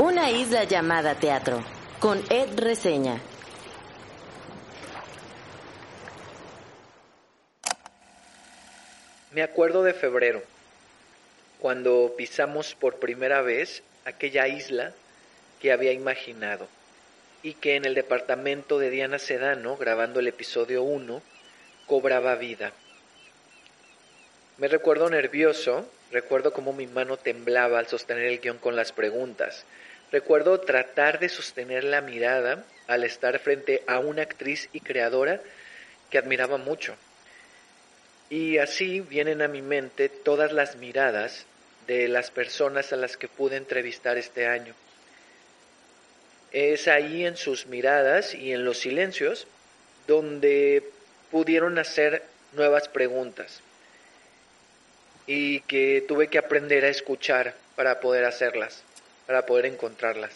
Una isla llamada teatro, con Ed Reseña. Me acuerdo de febrero, cuando pisamos por primera vez aquella isla que había imaginado y que en el departamento de Diana Sedano, grabando el episodio 1, cobraba vida. Me recuerdo nervioso, recuerdo cómo mi mano temblaba al sostener el guión con las preguntas. Recuerdo tratar de sostener la mirada al estar frente a una actriz y creadora que admiraba mucho. Y así vienen a mi mente todas las miradas de las personas a las que pude entrevistar este año. Es ahí en sus miradas y en los silencios donde pudieron hacer nuevas preguntas y que tuve que aprender a escuchar para poder hacerlas, para poder encontrarlas.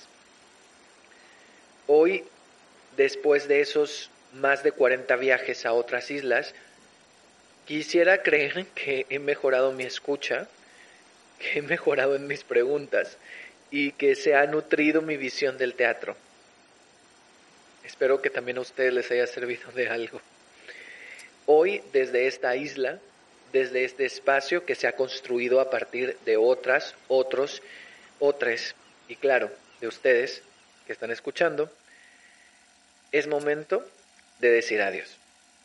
Hoy, después de esos más de 40 viajes a otras islas, quisiera creer que he mejorado mi escucha, que he mejorado en mis preguntas y que se ha nutrido mi visión del teatro. Espero que también a ustedes les haya servido de algo. Hoy, desde esta isla, desde este espacio que se ha construido a partir de otras, otros, y claro, de ustedes que están escuchando, es momento de decir adiós.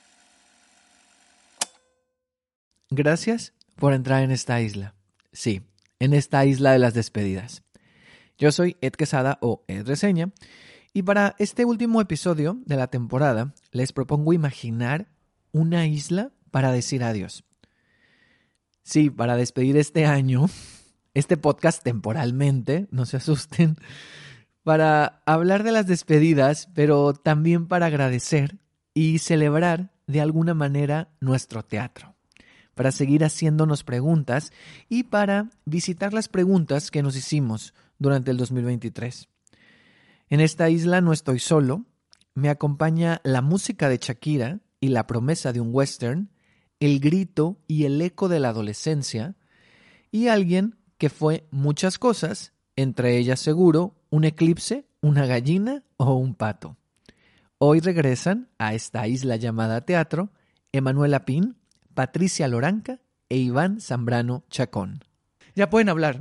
Gracias por entrar en esta isla. Sí, en esta isla de las despedidas. Yo soy Ed Quesada o Ed Reseña y para este último episodio de la temporada les propongo imaginar una isla para decir adiós. Sí, para despedir este año, este podcast temporalmente, no se asusten, para hablar de las despedidas, pero también para agradecer y celebrar de alguna manera nuestro teatro, para seguir haciéndonos preguntas y para visitar las preguntas que nos hicimos durante el 2023. En esta isla no estoy solo, me acompaña la música de Shakira y la promesa de un western, el grito y el eco de la adolescencia, y alguien que fue muchas cosas, entre ellas seguro un eclipse, una gallina o un pato. Hoy regresan a esta isla llamada teatro Emanuela Pin, Patricia Loranca e Iván Zambrano Chacón. Ya pueden hablar.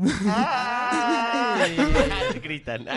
Gritan.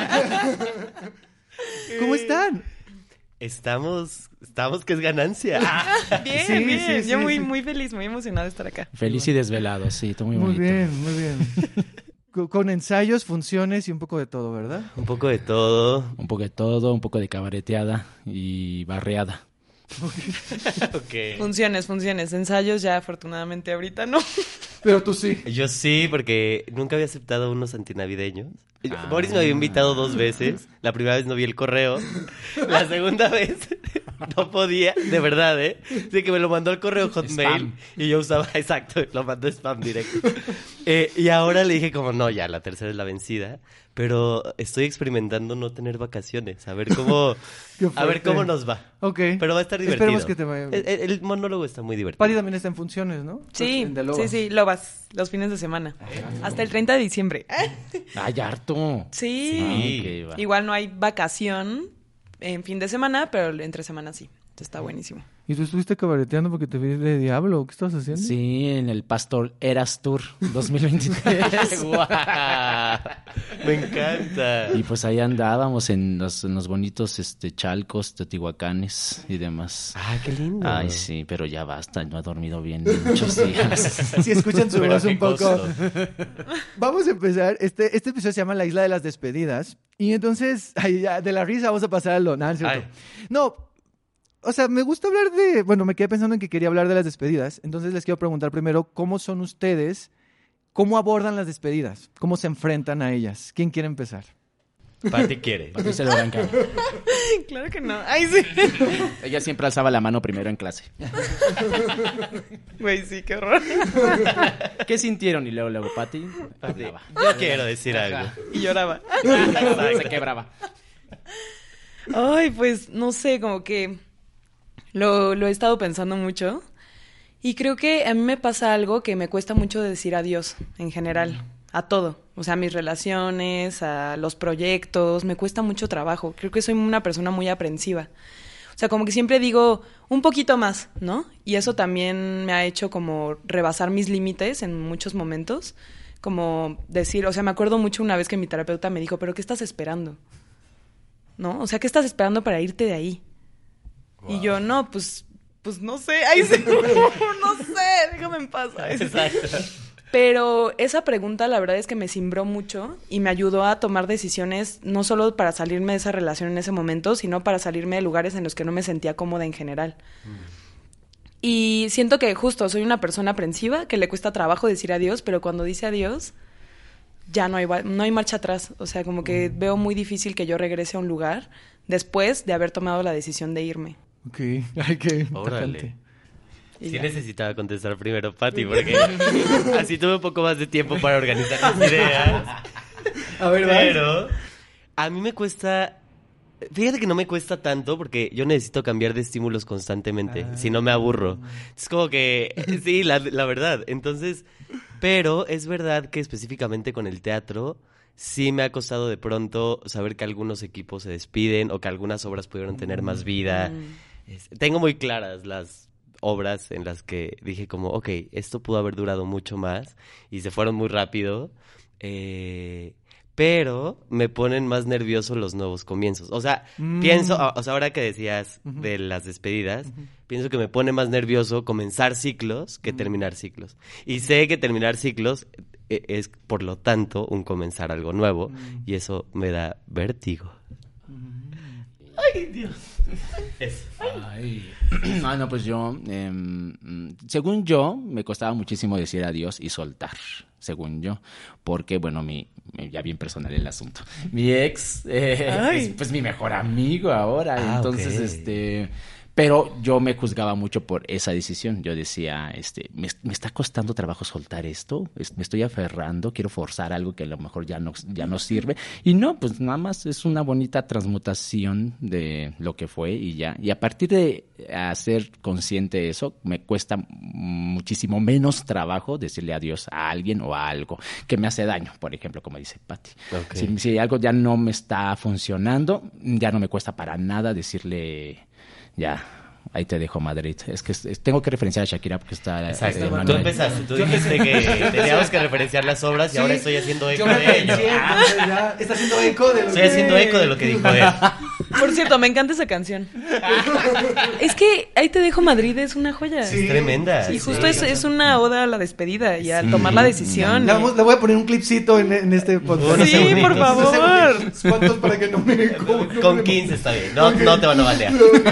¿Cómo están? Estamos que es ganancia. Bien, Sí, bien. sí, Yo sí, muy, sí. muy feliz, muy emocionada de estar acá. Feliz y desvelado, sí, todo muy Muy bonito. bien, muy bien. Con ensayos, funciones y un poco de todo, ¿verdad? Un poco de todo. Un poco de todo, un poco de cabareteada y barreada. Okay. Funciones. Ensayos ya afortunadamente ahorita no. Pero tú sí. Yo sí, porque nunca había aceptado unos antinavideños. Boris me había invitado 2 veces. La primera vez no vi el correo. La segunda vez no podía, de verdad, ¿eh? Así que me lo mandó al correo Hotmail. Spam. Y yo usaba, exacto, lo mandó spam directo. Y ahora le dije como, no, ya, la tercera es la vencida. Pero estoy experimentando no tener vacaciones. A ver cómo nos va. Ok. Pero va a estar divertido. Esperemos que te vaya bien. El monólogo está muy divertido. Pati también está en funciones, ¿no? Sí, En The Lobas. sí, Lobas, los fines de semana. Hasta el 30 de diciembre. ¡Ay, harto! Sí. Sí. Ok, va. Igual no hay vacación en fin de semana, pero entre semana sí. Entonces está buenísimo. ¿Y tú estuviste cabareteando porque te vi de diablo? ¿Qué estabas haciendo? Sí, en el Pastor Eras Tour 2023. ¡Guau! Me encanta. Y pues ahí andábamos en los bonitos chalcos, teotihuacanes y demás. Ah, qué lindo. Ay, sí, pero ya basta, no he dormido bien en muchos días. Si escuchan su Pero voz a qué un poco. costo. Vamos a empezar. Este episodio se llama La Isla de las Despedidas. Y entonces, ay, ya, de la risa vamos a pasar a lo... No, es cierto. Ay. No, o sea, me gusta hablar de... Bueno, me quedé pensando en que quería hablar de las despedidas. Entonces les quiero preguntar primero, ¿cómo son ustedes? ¿Cómo abordan las despedidas? ¿Cómo se enfrentan a ellas? ¿Quién quiere empezar? Pati quiere. Patricia Loranca. Claro que no. Ay, sí. Ella siempre alzaba la mano primero en clase. Güey, sí, qué horror. ¿Qué sintieron? Y luego, Pati. Pati, hablaba. yo quiero decir algo. Y lloraba. Se quebraba. Ay, pues no sé, como que lo he estado pensando mucho. Y creo que a mí me pasa algo que me cuesta mucho decir adiós en general, a todo. O sea, a mis relaciones, a los proyectos, me cuesta mucho trabajo. Creo que soy una persona muy aprensiva. O sea, como que siempre digo un poquito más, ¿no? Y eso también me ha hecho como rebasar mis límites en muchos momentos. Como decir, o sea, me acuerdo mucho una vez que mi terapeuta me dijo, ¿pero qué estás esperando? ¿No? O sea, ¿qué estás esperando para irte de ahí? Wow. Y yo, no, pues no sé. Ay, sí, no sé, déjame en paz. Exacto. Pero esa pregunta la verdad es que me cimbró mucho y me ayudó a tomar decisiones no solo para salirme de esa relación en ese momento, sino para salirme de lugares en los que no me sentía cómoda en general. Y siento que justo soy una persona aprensiva, que le cuesta trabajo decir adiós, pero cuando dice adiós, ya no hay marcha atrás. O sea, como que veo muy difícil que yo regrese a un lugar después de haber tomado la decisión de irme. Ok, ay, qué órale. Sí necesitaba contestar primero, Pati, porque así tuve un poco más de tiempo para organizar las ideas. A ver, pero a mí me cuesta... Fíjate que no me cuesta tanto porque yo necesito cambiar de estímulos constantemente, si no me aburro. Es como que, sí, la verdad. Entonces, pero es verdad que específicamente con el teatro sí me ha costado de pronto saber que algunos equipos se despiden o que algunas obras pudieron tener más vida. Tengo muy claras las obras en las que dije como, ok, esto pudo haber durado mucho más y se fueron muy rápido, pero me ponen más nervioso los nuevos comienzos. O sea, pienso, o sea, ahora que decías de las despedidas, pienso que me pone más nervioso comenzar ciclos que terminar ciclos. Y sé que terminar ciclos es, por lo tanto, un comenzar algo nuevo y eso me da vértigo. ¡Ay, Dios! Eso. Ay. No, pues yo, según yo, me costaba muchísimo decir adiós y soltar, según yo, porque, bueno, ya bien personal el asunto. Mi ex es pues mi mejor amigo ahora, entonces, okay. Pero yo me juzgaba mucho por esa decisión. Yo decía, me está costando trabajo soltar esto, me estoy aferrando, quiero forzar algo que a lo mejor ya no sirve. Y no, pues nada más es una bonita transmutación de lo que fue y ya. Y a partir de hacer consciente de eso, me cuesta muchísimo menos trabajo decirle adiós a alguien o a algo que me hace daño, por ejemplo, como dice Pati. Okay. Si algo ya no me está funcionando, ya no me cuesta para nada decirle... Ya, ahí te dejo, Madrid. Es que tengo que referenciar a Shakira porque está... Exacto. Tú empezaste, tú dijiste que teníamos que referenciar las obras y ahora estoy haciendo eco de ello. Ya está haciendo eco de lo Estoy haciendo eco de lo que dijo él. Por cierto, me encanta esa canción. Es que Ahí te dejo, Madrid es una joya. Sí. Es tremenda. Y justo es una oda a la despedida y a tomar la decisión. Le voy a poner un clipcito en este podcast. Sí, por favor. ¿Cuántos para que no me... Con 15 está bien. No te van a batear.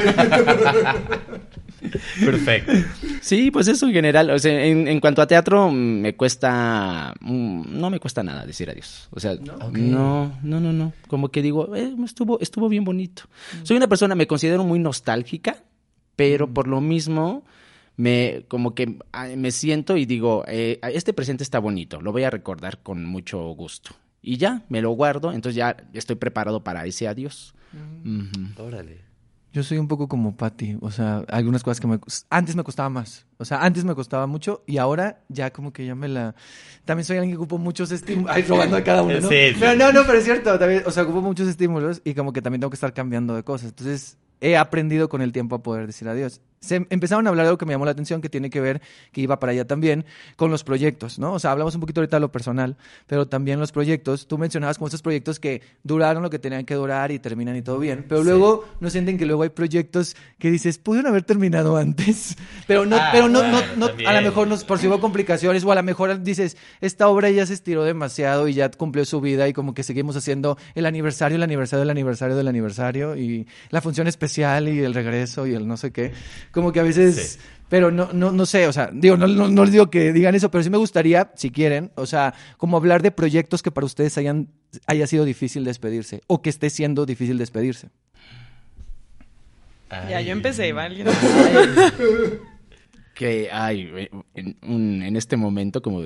Perfecto. Sí, pues eso en general. O sea, en cuanto a teatro, no me cuesta nada decir adiós. O sea, no. Como que digo, estuvo bien bonito. Soy una persona, me considero muy nostálgica, pero por lo mismo como que me siento y digo, este presente está bonito, lo voy a recordar con mucho gusto. Y ya, me lo guardo, entonces ya estoy preparado para ese adiós. Órale. Yo soy un poco como Pati, o sea, algunas cosas que antes me costaba más, o sea, antes me costaba mucho y ahora ya como que ya también soy alguien que ocupo muchos estímulos, robando a cada uno, ¿no? Sí. Pero es cierto, también, o sea, ocupo muchos estímulos y como que también tengo que estar cambiando de cosas, entonces he aprendido con el tiempo a poder decir adiós. Empezaron a hablar de algo que me llamó la atención, que tiene que ver, que iba para allá también, con los proyectos, ¿no? O sea, hablamos un poquito ahorita de lo personal, pero también los proyectos. Tú mencionabas como estos proyectos que duraron lo que tenían que durar y terminan y todo bien, pero luego no sienten que luego hay proyectos que dices, pudieron haber terminado antes, pero no, a lo mejor por si hubo complicaciones, o a lo mejor dices, esta obra ya se estiró demasiado y ya cumplió su vida y como que seguimos haciendo el aniversario y la función especial y el regreso y el no sé qué. Como que a veces, pero no sé, o sea, digo, no les digo que digan eso, pero sí me gustaría, si quieren, o sea, como hablar de proyectos que para ustedes haya sido difícil despedirse, o que esté siendo difícil despedirse. Ya, yo empecé, ¿vale? Que hay en este momento como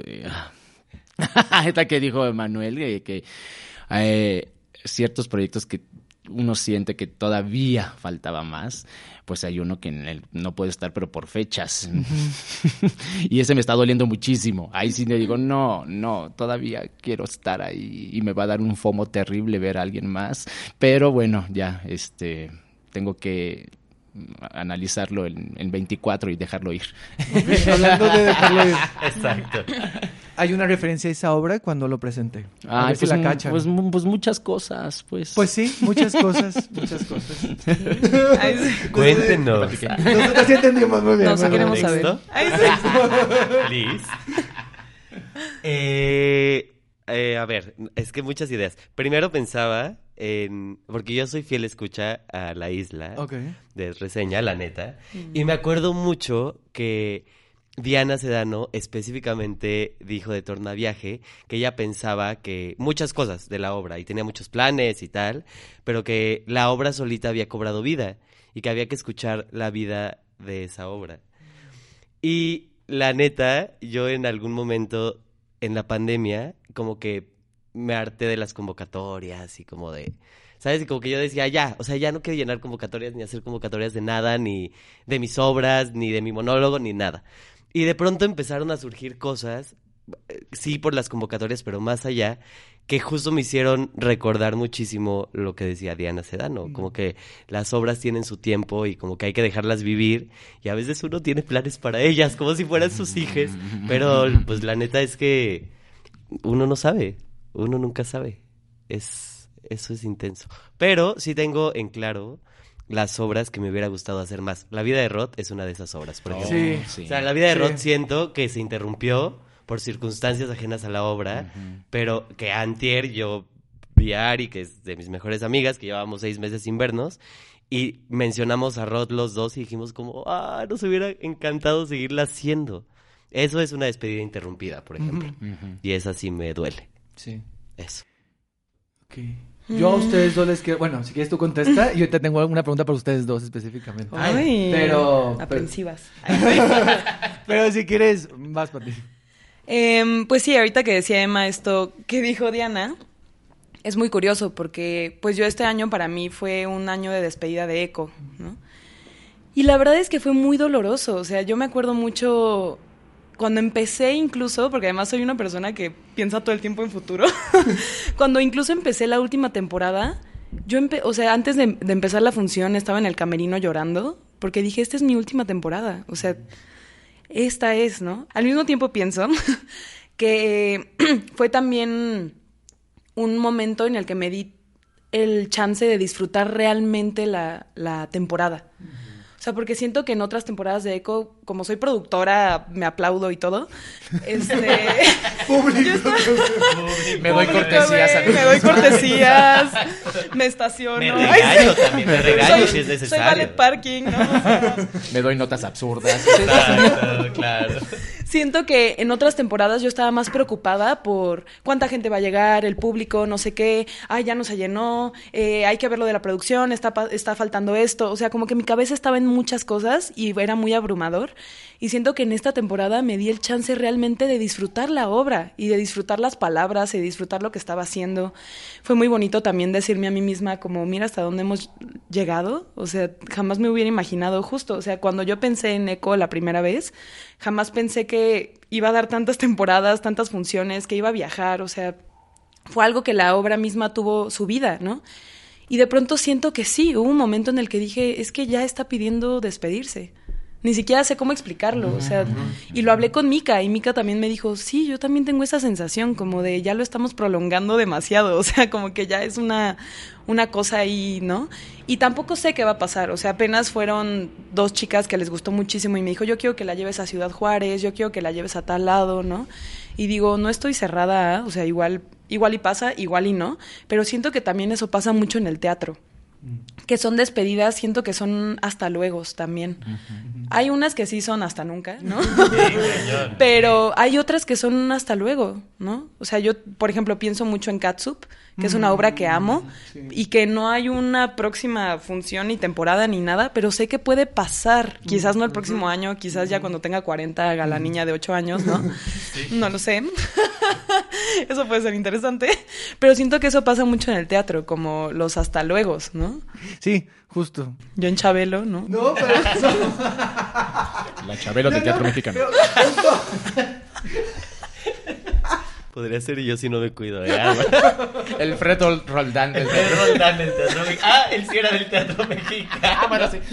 esta que dijo Manuel, que ciertos proyectos que uno siente que todavía faltaba más, pues hay uno que no puede estar, pero por fechas. Y ese me está doliendo muchísimo. Ahí sí le digo, no, todavía quiero estar ahí y me va a dar un FOMO terrible ver a alguien más. Pero bueno, ya, tengo que analizarlo en 24 y dejarlo ir. Hablando de dejarlo ir. Exacto. Hay una referencia a esa obra cuando lo presenté. A ver si pues, la cachan. pues muchas cosas, pues. Pues sí, muchas cosas. Ay, sí. Cuéntenos. Nosotros sí entendimos muy bien. No, sí muy bien. queremos saber. ¿Texto? Ay, sí. Please. A ver, es que muchas ideas. Primero pensaba porque yo soy fiel escucha a La Isla de Reseña, la neta. Y me acuerdo mucho que Diana Sedano específicamente dijo de Tornaviaje que ella pensaba que muchas cosas de la obra y tenía muchos planes y tal, pero que la obra solita había cobrado vida y que había que escuchar la vida de esa obra. Y la neta, yo en algún momento en la pandemia como que me harté de las convocatorias y como de, ¿sabes? Y como que yo decía, ya, o sea, ya no quiero llenar convocatorias ni hacer convocatorias de nada, ni de mis obras, ni de mi monólogo, ni nada. Y de pronto empezaron a surgir cosas, sí por las convocatorias, pero más allá, que justo me hicieron recordar muchísimo lo que decía Diana Sedano, como que las obras tienen su tiempo y como que hay que dejarlas vivir y a veces uno tiene planes para ellas, como si fueran sus hijas, pero pues la neta es que uno no sabe, uno nunca sabe, eso es intenso. Pero sí tengo en claro las obras que me hubiera gustado hacer más. La vida de Roth es una de esas obras, por ejemplo. Sí. O sea, la vida de Roth siento que se interrumpió por circunstancias ajenas a la obra, pero que antier yo vi a Ari, que es de mis mejores amigas, que llevábamos 6 meses sin vernos, y mencionamos a Roth los dos y dijimos como, nos hubiera encantado seguirla haciendo. Eso es una despedida interrumpida, por ejemplo. Y esa sí me duele. Sí. Eso. Okay. Yo a ustedes dos les quiero... Bueno, si quieres tú contesta. Y yo te tengo alguna pregunta para ustedes dos específicamente. Ay, pero... aprensivas. Pero si quieres, vas para ti. Pues sí, ahorita que decía Emma esto que dijo Diana, es muy curioso porque pues yo este año para mí fue un año de despedida de ECO, ¿no? Y la verdad es que fue muy doloroso. O sea, yo me acuerdo mucho... Cuando empecé incluso, porque además soy una persona que piensa todo el tiempo en futuro, cuando incluso empecé la última temporada, o sea, antes de empezar la función estaba en el camerino llorando, porque dije, esta es mi última temporada, o sea, esta es, ¿no? Al mismo tiempo pienso que fue también un momento en el que me di el chance de disfrutar realmente la temporada. O sea, porque siento que en otras temporadas de ECO, como soy productora, me aplaudo y todo. Público. Me doy cortesías a mí. Me doy cortesías, me estaciono. Me regaño también, me regaño si es necesario. Soy valet parking, ¿no? O sea, Me doy notas absurdas. Claro, claro. siento que en otras temporadas yo estaba más preocupada por cuánta gente va a llegar, el público, no sé qué, ya no se llenó, hay que ver lo de la producción, está faltando esto. O sea, como que mi cabeza estaba en muchas cosas y era muy abrumador. Y siento que en esta temporada me di el chance realmente de disfrutar la obra y de disfrutar las palabras y de disfrutar lo que estaba haciendo. Fue muy bonito también decirme a mí misma como, mira hasta dónde hemos llegado. O sea, jamás me hubiera imaginado justo. O sea, cuando yo pensé en ECO la primera vez, jamás pensé que iba a dar tantas temporadas, tantas funciones, que iba a viajar. O sea, fue algo que la obra misma tuvo su vida, ¿no? Y de pronto siento que sí, hubo un momento en el que dije, es que ya está pidiendo despedirse. Ni siquiera sé cómo explicarlo, o sea, y lo hablé con Mika, y Mika también me dijo, sí, yo también tengo esa sensación, como de ya lo estamos prolongando demasiado, o sea, como que ya es una cosa ahí, ¿no? Y tampoco sé qué va a pasar, o sea, apenas fueron 2 chicas que les gustó muchísimo y me dijo, yo quiero que la lleves a Ciudad Juárez, yo quiero que la lleves a tal lado, ¿no? Y digo, no estoy cerrada, o sea, igual y pasa, igual y no, pero siento que también eso pasa mucho en el teatro. Que son despedidas, siento que son hasta luego también. Hay unas que sí son hasta nunca, ¿no? Sí, pero hay otras que son un hasta luego, ¿no? O sea, yo, por ejemplo, pienso mucho en Catsup, que es una obra que amo, y que no hay una próxima función ni temporada ni nada, pero sé que puede pasar. Quizás no el próximo año, quizás ya cuando tenga 40 haga la niña de 8 años, ¿no? Sí. No lo sé. Eso puede ser interesante. Pero siento que eso pasa mucho en el teatro, como los hasta luegos, ¿no? Sí, justo. Yo en Chabelo, ¿no? No, pero... La Chabelo del teatro mexicano. Podría ser yo si no me cuido, El Fredo Roldán del teatro. Pedro Roldán del Teatro Mexicano. Ah, él sí era del Teatro Mexicano. Bueno, sí.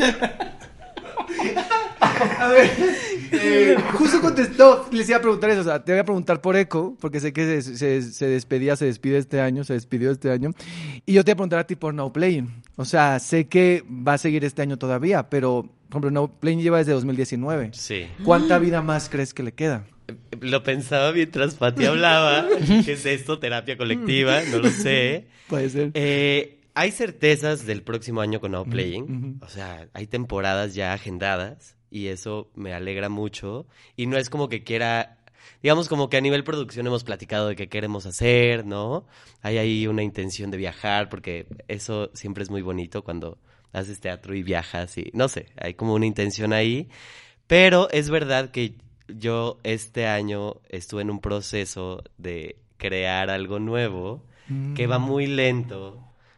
A ver, justo contestó, les iba a preguntar eso, o sea, te voy a preguntar por Echo, porque sé que se despidió este año, y yo te voy a preguntar a ti por No Playing. O sea, sé que va a seguir este año todavía, pero, por ejemplo, No Playing lleva desde 2019. Sí. ¿Cuánta vida más crees que le queda? Lo pensaba mientras Pati hablaba. ¿Qué es esto? ¿Terapia colectiva? No lo sé. Puede ser. Hay certezas del próximo año con Now Playing. O sea, hay temporadas ya agendadas y eso me alegra mucho. Y no es como que quiera... Digamos como que a nivel producción hemos platicado de qué queremos hacer, ¿no? Hay ahí una intención de viajar porque eso siempre es muy bonito cuando haces teatro y viajas y... No sé, hay como una intención ahí. Pero es verdad que yo este año estuve en un proceso de crear algo nuevo que va muy lento,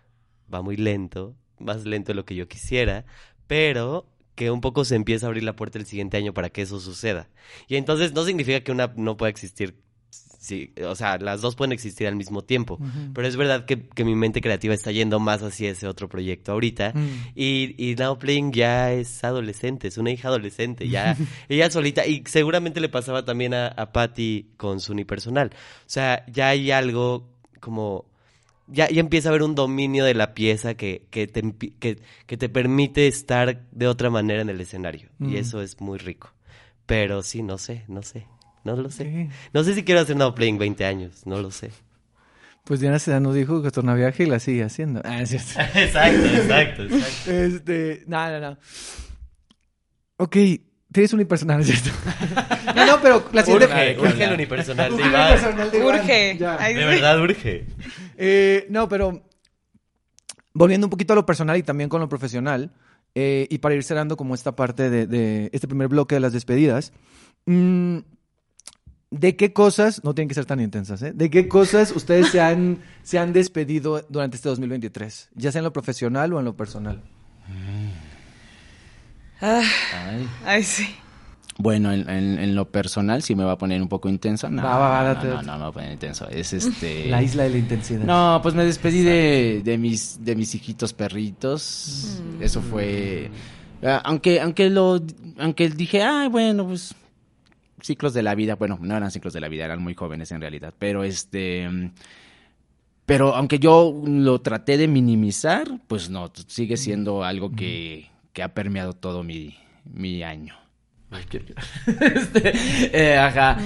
más lento de lo que yo quisiera, pero que un poco se empieza a abrir la puerta el siguiente año para que eso suceda. Y entonces no significa que una no pueda existir, sí, o sea, las dos pueden existir al mismo tiempo, pero es verdad que mi mente creativa está yendo más hacia ese otro proyecto ahorita, y Now Playing ya es adolescente, es una hija adolescente, ya ella solita, y seguramente le pasaba también a Patty con su unipersonal. O sea, ya hay algo como... Ya empieza a haber un dominio de la pieza que te permite estar de otra manera en el escenario. Y eso es muy rico. Pero sí, no lo sé. Sí. No sé si quiero hacer Now Playing 20 años, no lo sé. Pues Diana Sedano dijo que Tornaviaje y la sigue haciendo. Ah, es cierto. Exacto. No. Ok, tienes unipersonal, ¿es cierto? No, pero la siguiente... Urge el unipersonal de Urge el Iván. unipersonal de Iván. Urge. Ya. Ay, De sí. verdad urge. No, pero volviendo un poquito a lo personal y también con lo profesional, y para ir cerrando como esta parte de este primer bloque de las despedidas, ¿de qué cosas, no tienen que ser tan intensas, de qué cosas ustedes se han despedido durante este 2023? Ya sea en lo profesional o en lo personal. Ay, sí. Bueno, en lo personal sí me va a poner un poco intenso. No, date. no me va a poner intenso. Es La isla de la intensidad. No, pues me despedí de mis hijitos perritos. Eso fue... Aunque dije, bueno, pues ciclos de la vida. Bueno, no eran ciclos de la vida, eran muy jóvenes en realidad. Pero aunque yo lo traté de minimizar, pues no, sigue siendo algo que ha permeado todo mi año. Ay, ajá.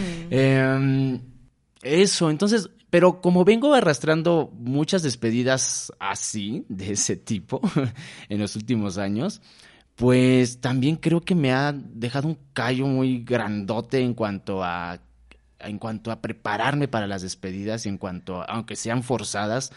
Eso, entonces, pero como vengo arrastrando muchas despedidas así, de ese tipo, en los últimos años, pues también creo que me ha dejado un callo muy grandote en cuanto a prepararme para las despedidas, aunque sean forzadas.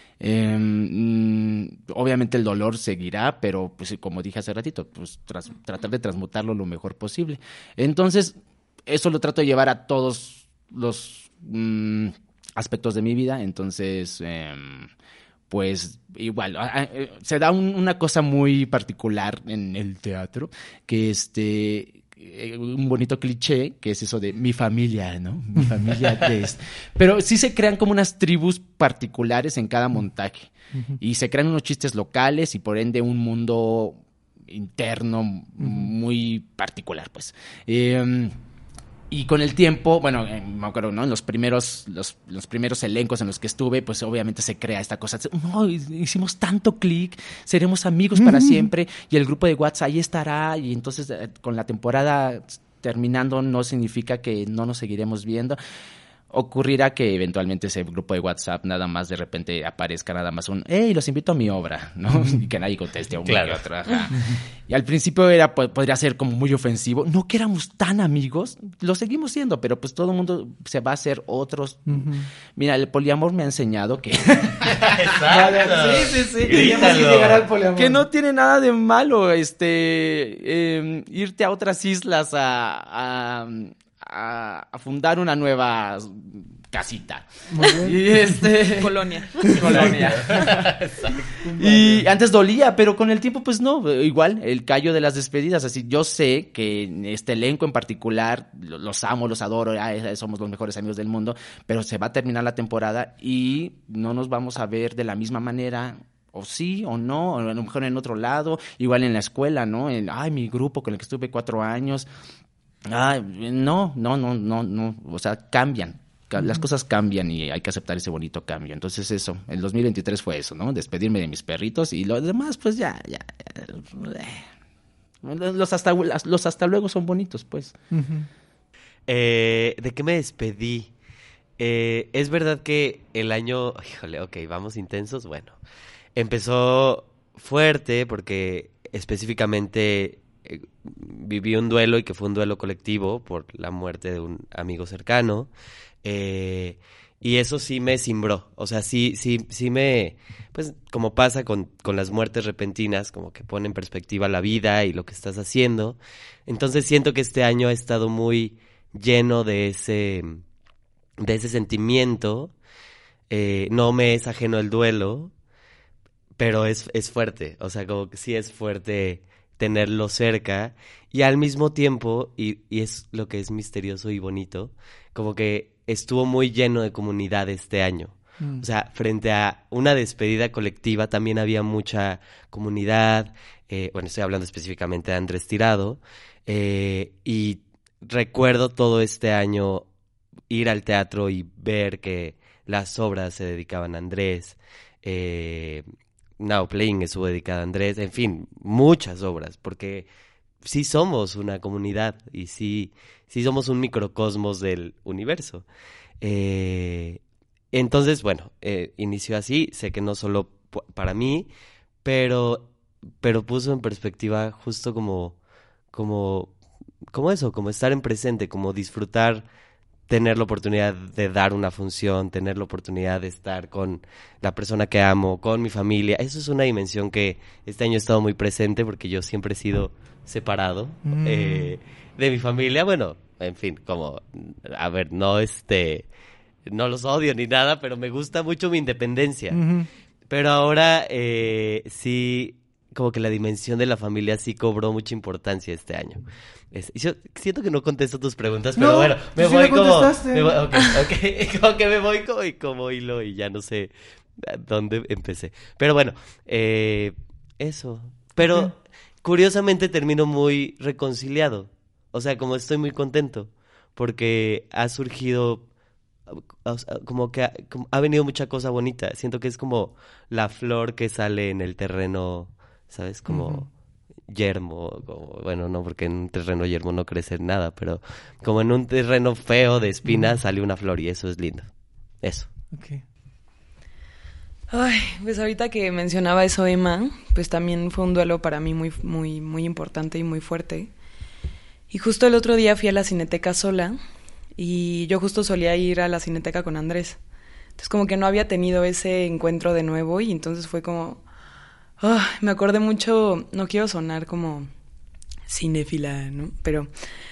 Obviamente el dolor seguirá, pero pues como dije hace ratito, pues tratar de transmutarlo lo mejor posible. Entonces, eso lo trato de llevar a todos los aspectos de mi vida. Entonces, pues igual, se da una cosa muy particular en el teatro, que un bonito cliché, que es eso de mi familia, ¿no? Mi familia es... Pero sí se crean como unas tribus particulares en cada montaje. Y se crean unos chistes locales y por ende un mundo interno muy particular, pues. Y con el tiempo, bueno, me acuerdo, ¿no? En los primeros elencos en los que estuve, pues obviamente se crea esta cosa. No, hicimos tanto clic, seremos amigos para siempre y el grupo de WhatsApp ahí estará. Y entonces con la temporada terminando no significa que no nos seguiremos viendo. Ocurrirá que eventualmente ese grupo de WhatsApp nada más de repente aparezca nada más hey, los invito a mi obra, ¿no? Y que nadie conteste a uno y otro. Ajá. Y al principio podría ser como muy ofensivo. No que éramos tan amigos, lo seguimos siendo, pero pues todo el mundo se va a hacer otros. Mira, el poliamor me ha enseñado que... Exacto. Sí. Grítalo. Que llegar al poliamor. Que no tiene nada de malo irte a otras islas a fundar una nueva casita. Muy bien. Y Colonia. Colonia. Y antes dolía, pero con el tiempo, pues no, igual, el callo de las despedidas. Así, yo sé que este elenco en particular, los amo, los adoro, somos los mejores amigos del mundo, pero se va a terminar la temporada y no nos vamos a ver de la misma manera. O sí, o no, o a lo mejor en otro lado, igual en la escuela, ¿no? Mi grupo con el que estuve 4 años. No, o sea, cambian. Las cosas cambian y hay que aceptar ese bonito cambio. Entonces eso, el 2023 fue eso, ¿no? Despedirme de mis perritos y lo demás, pues ya. Los hasta luego son bonitos, pues. ¿De qué me despedí? Es verdad que el año... Híjole, ok, vamos intensos. Bueno, empezó fuerte porque específicamente viví un duelo y que fue un duelo colectivo por la muerte de un amigo cercano. Y eso sí me cimbró, o sea, sí me, pues como pasa con las muertes repentinas, como que pone en perspectiva la vida y lo que estás haciendo. Entonces siento que este año ha estado muy lleno de ese sentimiento. No me es ajeno el duelo, pero es fuerte, o sea, como que sí es fuerte tenerlo cerca y al mismo tiempo, y es lo que es misterioso y bonito, como que estuvo muy lleno de comunidad este año. O sea, frente a una despedida colectiva también había mucha comunidad. Bueno, estoy hablando específicamente de Andrés Tirado. Y recuerdo todo este año ir al teatro y ver que las obras se dedicaban a Andrés. Now Playing estuvo dedicada a Andrés. En fin, muchas obras, porque sí somos una comunidad y sí somos un microcosmos del universo. Entonces, bueno, inició así. Sé que no solo para mí, pero puso en perspectiva justo como eso, como estar en presente, como disfrutar, tener la oportunidad de dar una función, tener la oportunidad de estar con la persona que amo, con mi familia. Eso es una dimensión que este año he estado muy presente porque yo siempre he sido separado de mi familia. Bueno, en fin, como, a ver, no los odio ni nada, pero me gusta mucho mi independencia. Pero ahora sí, como que la dimensión de la familia sí cobró mucha importancia este año. Yo siento que no contesto tus preguntas, pero bueno, me voy como... como que me voy como hilo y ya no sé dónde empecé. Pero bueno, eso. Pero curiosamente termino muy reconciliado. O sea, como estoy muy contento porque ha surgido... como que ha venido mucha cosa bonita. Siento que es como la flor que sale en el terreno, ¿sabes? Como yermo, bueno, no, porque en un terreno yermo no crece nada, pero como en un terreno feo de espinas sale una flor y eso es lindo. Eso. Okay. Ay, pues ahorita que mencionaba eso Emma, pues también fue un duelo para mí muy, muy, muy importante y muy fuerte. Y justo el otro día fui a la Cineteca sola. Y yo justo solía ir a la Cineteca con Andrés. Entonces como que no había tenido ese encuentro de nuevo y entonces fue como... me acordé mucho, no quiero sonar como cinéfila, ¿no? Pero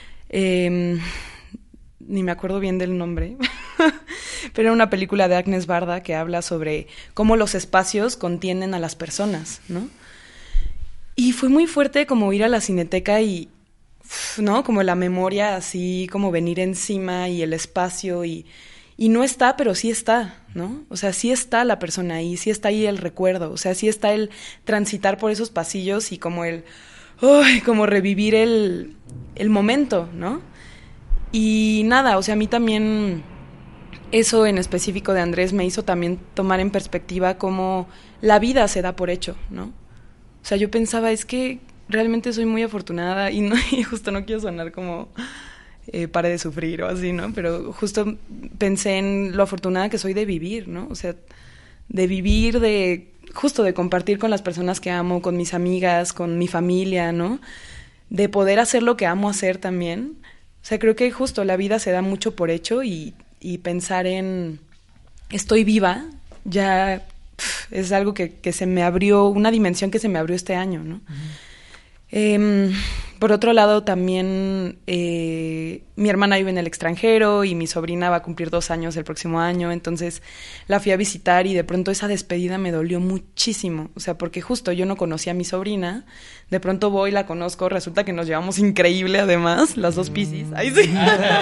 ni me acuerdo bien del nombre. Pero era una película de Agnes Barda que habla sobre cómo los espacios contienen a las personas, ¿no? Y fue muy fuerte como ir a la Cineteca y... ¿no? Como la memoria, así como venir encima y el espacio y no está, pero sí está, ¿no? O sea, sí está la persona ahí, sí está ahí el recuerdo, o sea, sí está el transitar por esos pasillos y como como revivir el momento, ¿no? Y nada, o sea, a mí también eso en específico de Andrés me hizo también tomar en perspectiva cómo la vida se da por hecho, ¿no? O sea, yo pensaba, es que realmente soy muy afortunada y justo no quiero sonar como pare de sufrir o así, ¿no? Pero justo pensé en lo afortunada que soy de vivir, ¿no? O sea, de vivir, justo de compartir con las personas que amo, con mis amigas, con mi familia, ¿no? De poder hacer lo que amo hacer también. O sea, creo que justo la vida se da mucho por hecho y pensar en estoy viva ya es algo que se me abrió, una dimensión que se me abrió este año, ¿no? Por otro lado, también mi hermana vive en el extranjero y mi sobrina va a cumplir 2 años el próximo año, entonces la fui a visitar y de pronto esa despedida me dolió muchísimo, o sea, porque justo yo no conocía a mi sobrina, de pronto voy, la conozco, resulta que nos llevamos increíble además, las 2 Piscis, ahí sí.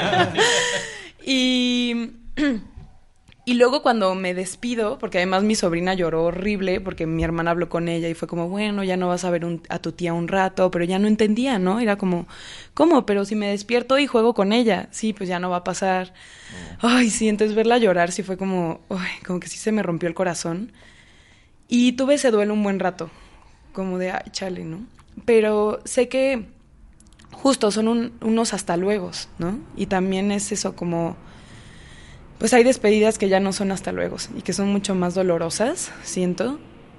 Y luego cuando me despido, porque además mi sobrina lloró horrible, porque mi hermana habló con ella y fue como, bueno, ya no vas a ver a tu tía un rato, pero ya no entendía, ¿no? Era como, ¿cómo? Pero si me despierto y juego con ella, sí, pues ya no va a pasar. Ay, sí, entonces verla llorar sí fue como, como que sí se me rompió el corazón. Y tuve ese duelo un buen rato, como de, ay, chale, ¿no? Pero sé que justo son unos hasta luegos, ¿no? Y también es eso como... Pues hay despedidas que ya no son hasta luego y que son mucho más dolorosas, siento.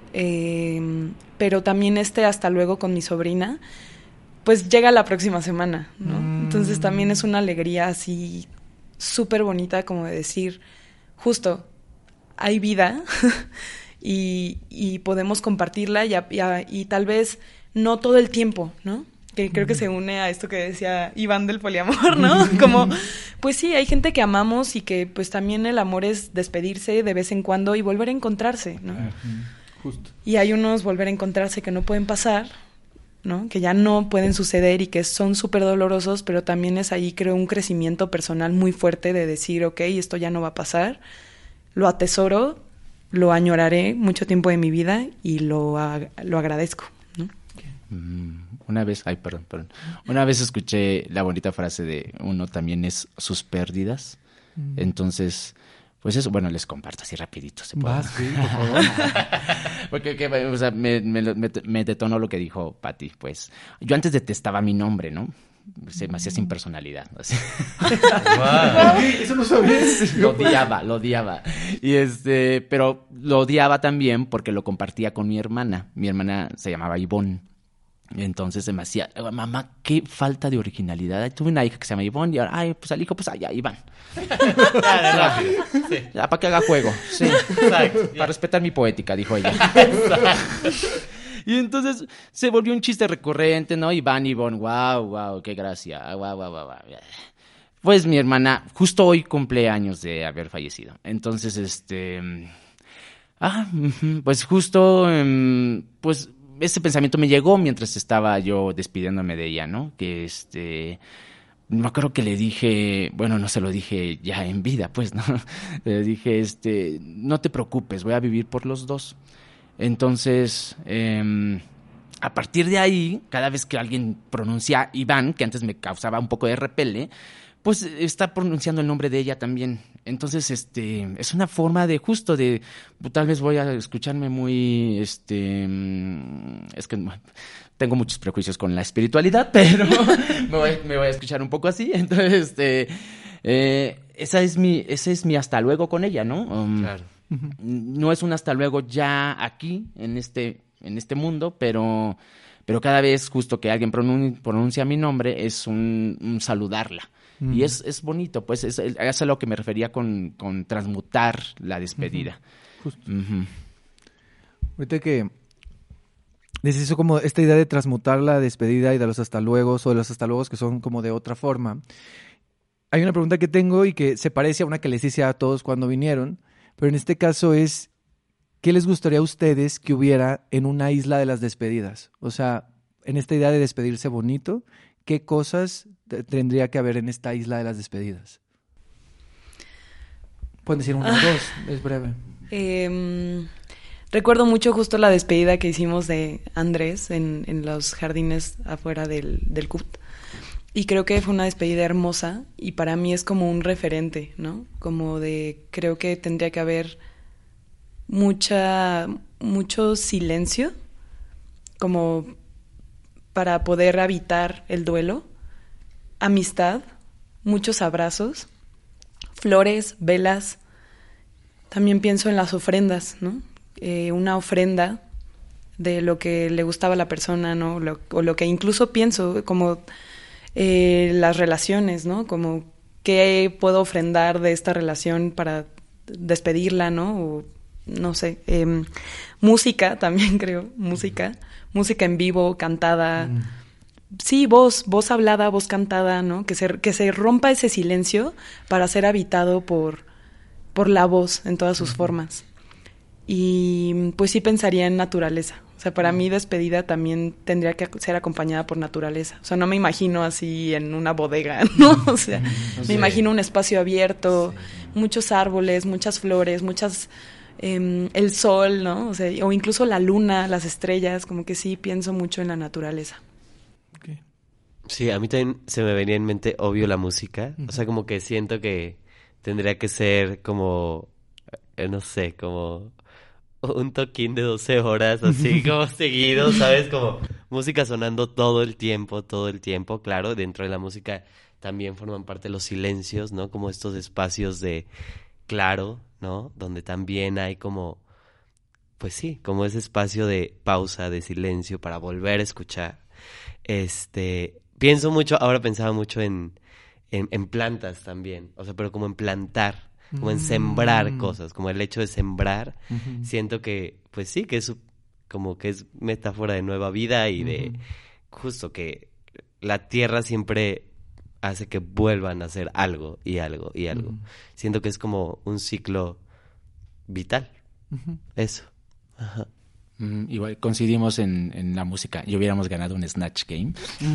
Pero también hasta luego con mi sobrina, pues llega la próxima semana, ¿no? Entonces también es una alegría así súper bonita como de decir, justo, hay vida y podemos compartirla y tal vez no todo el tiempo, ¿no? Que creo que se une a esto que decía Iván del poliamor, ¿no? Como, pues sí, hay gente que amamos y que pues también el amor es despedirse de vez en cuando y volver a encontrarse, ¿no? Justo. Y hay unos volver a encontrarse que no pueden pasar, ¿no? Que ya no pueden suceder y que son súper dolorosos, pero también es ahí, creo, un crecimiento personal muy fuerte de decir, ok, esto ya no va a pasar, lo atesoro, lo añoraré mucho tiempo de mi vida y lo agradezco, ¿no? Una vez, perdón. Una vez escuché la bonita frase de uno también es sus pérdidas. Entonces, pues eso, bueno, les comparto así rapidito. ¿Se puede? Sí, por favor. Porque o sea, me detonó lo que dijo Pati. Pues yo antes detestaba mi nombre, ¿no? Se me hacía sin personalidad. Así. Wow. Eso no sabía. Lo odiaba. Pero lo odiaba también porque lo compartía con mi hermana. Mi hermana se llamaba Ivonne. Entonces se me hacía, mamá, qué falta de originalidad. Tuve una hija que se llama Ivonne y ahora, pues al hijo, pues allá, Iván. Ya, rápido. Sí. Ya, para que haga juego. Sí. Exacto. Para respetar mi poética, dijo ella. Y entonces se volvió un chiste recurrente, ¿no? Iván, Ivonne, wow, qué gracia. Wow. Pues mi hermana, justo hoy cumple años de haber fallecido. Entonces, pues justo, pues... Ese pensamiento me llegó mientras estaba yo despidiéndome de ella, ¿no? Que me acuerdo que le dije, bueno, no se lo dije ya en vida, pues, ¿no? Le dije, no te preocupes, voy a vivir por los dos. Entonces, a partir de ahí, cada vez que alguien pronuncia Iván, que antes me causaba un poco de repele, pues está pronunciando el nombre de ella también. Entonces, es una forma de justo de, tal vez voy a escucharme muy, es que tengo muchos prejuicios con la espiritualidad, pero me voy a escuchar un poco así. Entonces, ese es mi hasta luego con ella, ¿no? Claro. No es un hasta luego ya aquí, en este mundo, pero cada vez justo que alguien pronuncia mi nombre es un saludarla. Y es bonito, pues es a lo que me refería con transmutar la despedida. Justo. Ahorita que dices eso, como esta idea de transmutar la despedida y de los hasta luego, o de los hasta luego que son como de otra forma. Hay una pregunta que tengo y que se parece a una que les hice a todos cuando vinieron, pero en este caso es, ¿qué les gustaría a ustedes que hubiera en una isla de las despedidas? O sea, en esta idea de despedirse bonito, ¿qué cosas tendría que haber en esta isla de las despedidas? Pueden decir una o dos, es breve. Recuerdo mucho justo la despedida que hicimos de Andrés en los jardines afuera del CUT. Y creo que fue una despedida hermosa y para mí es como un referente, ¿no? Como de, creo que tendría que haber mucho silencio como para poder habitar el duelo, amistad, muchos abrazos, flores, velas. También pienso en las ofrendas, ¿no? Una ofrenda de lo que le gustaba a la persona, ¿no? O lo que incluso pienso como las relaciones, ¿no? Como qué puedo ofrendar de esta relación para despedirla, ¿no? O no sé, música también creo, música en vivo, cantada, sí, voz hablada, voz cantada, ¿no? Que se rompa ese silencio para ser habitado por la voz en todas sus formas. Y pues sí pensaría en naturaleza. O sea, para mí despedida también tendría que ser acompañada por naturaleza. O sea, no me imagino así en una bodega, ¿no? O sea, me imagino un espacio abierto, muchos árboles, muchas flores, el sol, ¿no? O sea, o incluso la luna, las estrellas, como que sí pienso mucho en la naturaleza. Okay. Sí, a mí también se me venía en mente, obvio, la música. O sea, como que siento que tendría que ser como, no sé, como un toquín de 12 horas, así como seguido, ¿sabes? Como música sonando todo el tiempo, claro. Dentro de la música también forman parte los silencios, ¿no? Como estos espacios de claro, ¿no? Donde también hay como, pues sí, como ese espacio de pausa, de silencio para volver a escuchar. Pienso mucho, ahora pensaba mucho en plantas también, o sea, pero como en plantar, como en sembrar cosas, como el hecho de sembrar, siento que, pues sí, que es como que es metáfora de nueva vida y de justo que la tierra siempre hace que vuelvan a hacer algo y algo y algo. Siento que es como un ciclo vital, eso. Ajá. Igual coincidimos en la música y hubiéramos ganado un Snatch Game.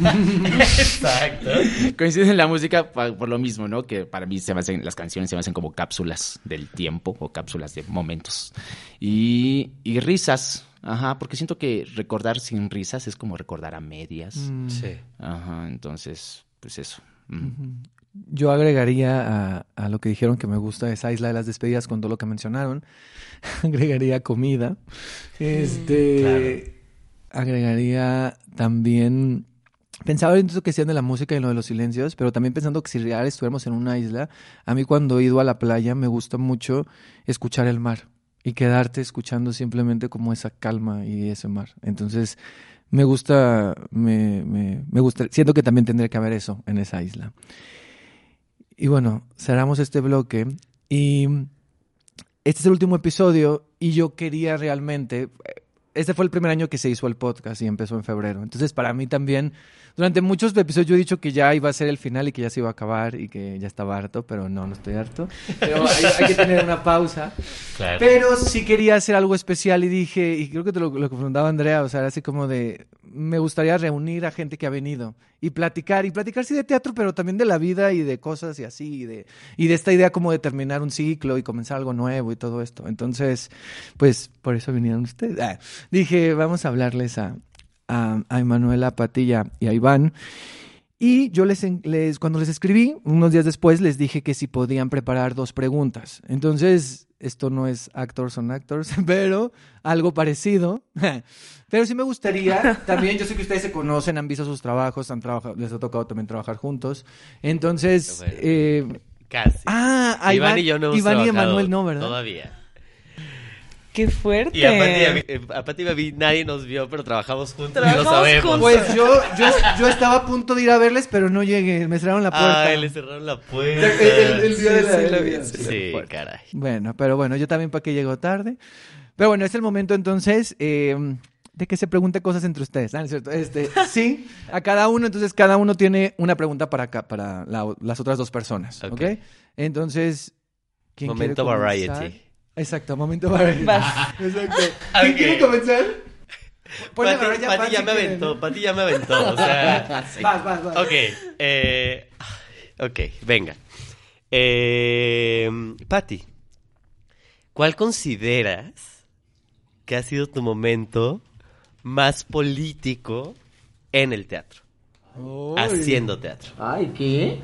Exacto. Coinciden en la música por lo mismo, ¿no? Que para mí las canciones se me hacen como cápsulas del tiempo o cápsulas de momentos. Y risas, porque siento que recordar sin risas es como recordar a medias. Sí. Entonces, pues eso. Yo agregaría a lo que dijeron que me gusta esa isla de las despedidas con todo lo que mencionaron. Agregaría comida. Claro. Agregaría también... Pensaba en eso que decían de la música y en lo de los silencios, pero también pensando que si real estuviéramos en una isla, a mí cuando he ido a la playa me gusta mucho escuchar el mar y quedarte escuchando simplemente como esa calma y ese mar. Entonces, me gusta, siento que también tendría que haber eso en esa isla. Y bueno, cerramos este bloque y este es el último episodio y yo quería realmente... Este fue el primer año que se hizo el podcast y empezó en febrero. Entonces, para mí también, durante muchos episodios yo he dicho que ya iba a ser el final y que ya se iba a acabar y que ya estaba harto, pero no estoy harto. Pero hay que tener una pausa. Claro. Pero sí quería hacer algo especial y dije, y creo que te lo confrontaba Andrea, o sea, era así como de, me gustaría reunir a gente que ha venido y platicar sí de teatro, pero también de la vida y de cosas y así, y de esta idea como de terminar un ciclo y comenzar algo nuevo y todo esto. Entonces, pues, por eso vinieron ustedes. Dije, vamos a hablarles a Emanuela, Patilla y a Iván. Y yo cuando les escribí, unos días después, les dije que si podían preparar 2 preguntas. Entonces, esto no es Actors on Actors, pero algo parecido. Pero sí me gustaría, también yo sé que ustedes se conocen, han visto sus trabajos, les ha tocado también trabajar juntos. Entonces, casi. A Iván y yo no hemos Iván y trabajado Emanuel no, ¿verdad? todavía. ¡Qué fuerte! Y a Pati y a mí nadie nos vio, pero trabajamos juntos y lo Trabajamos sabemos. juntos. Pues yo estaba a punto de ir a verles, pero no llegué, me cerraron la puerta. Ay, le cerraron la puerta. El día de la... Sí, lo vi. Sí, caray. Bueno, pero bueno, yo también para que llegó tarde. Pero bueno, es el momento entonces de que se pregunte cosas entre ustedes. ¿No es cierto? Sí, a cada uno, entonces cada uno tiene una pregunta para las otras 2 personas. ¿Ok? Entonces, ¿quién Momento quiere comenzar? variety. Exacto, momento variety. Vas. Exacto. ¿Quién quiere comenzar? Pati ya me aventó, o sea... Sí. Vas. Ok, venga. Pati, ¿cuál consideras que ha sido tu momento más político en el teatro? Haciendo teatro. Ay, ¿qué?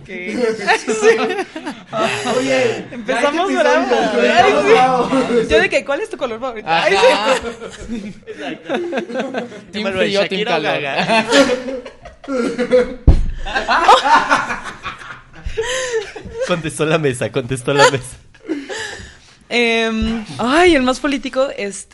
Oye, Empezamos ya bravos. Ay, Yo de que, ¿cuál es tu color favorito? Ay, sí. Team Manuel, frío, team Shakira o calor. Gaga. Contestó la mesa. Ay, el más político,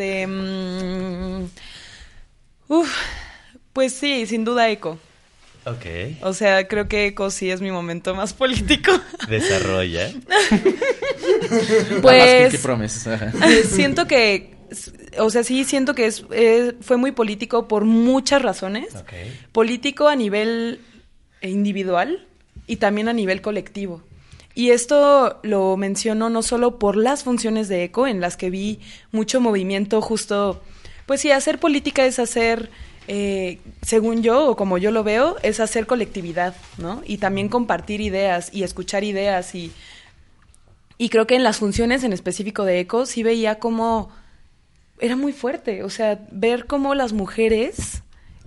pues sí, sin duda Eco. Ok. O sea, creo que Eco sí es mi momento más político. Desarrolla. Pues Pinky Promise. siento que o sea, sí siento que fue muy político por muchas razones. Okay. Político a nivel individual y también a nivel colectivo. Y esto lo menciono no solo por las funciones de ECO, en las que vi mucho movimiento justo, pues sí, hacer política es hacer, según yo, o como yo lo veo, es hacer colectividad, ¿no? Y también compartir ideas y escuchar ideas. Y creo que en las funciones en específico de ECO sí veía cómo era muy fuerte. O sea, ver cómo las mujeres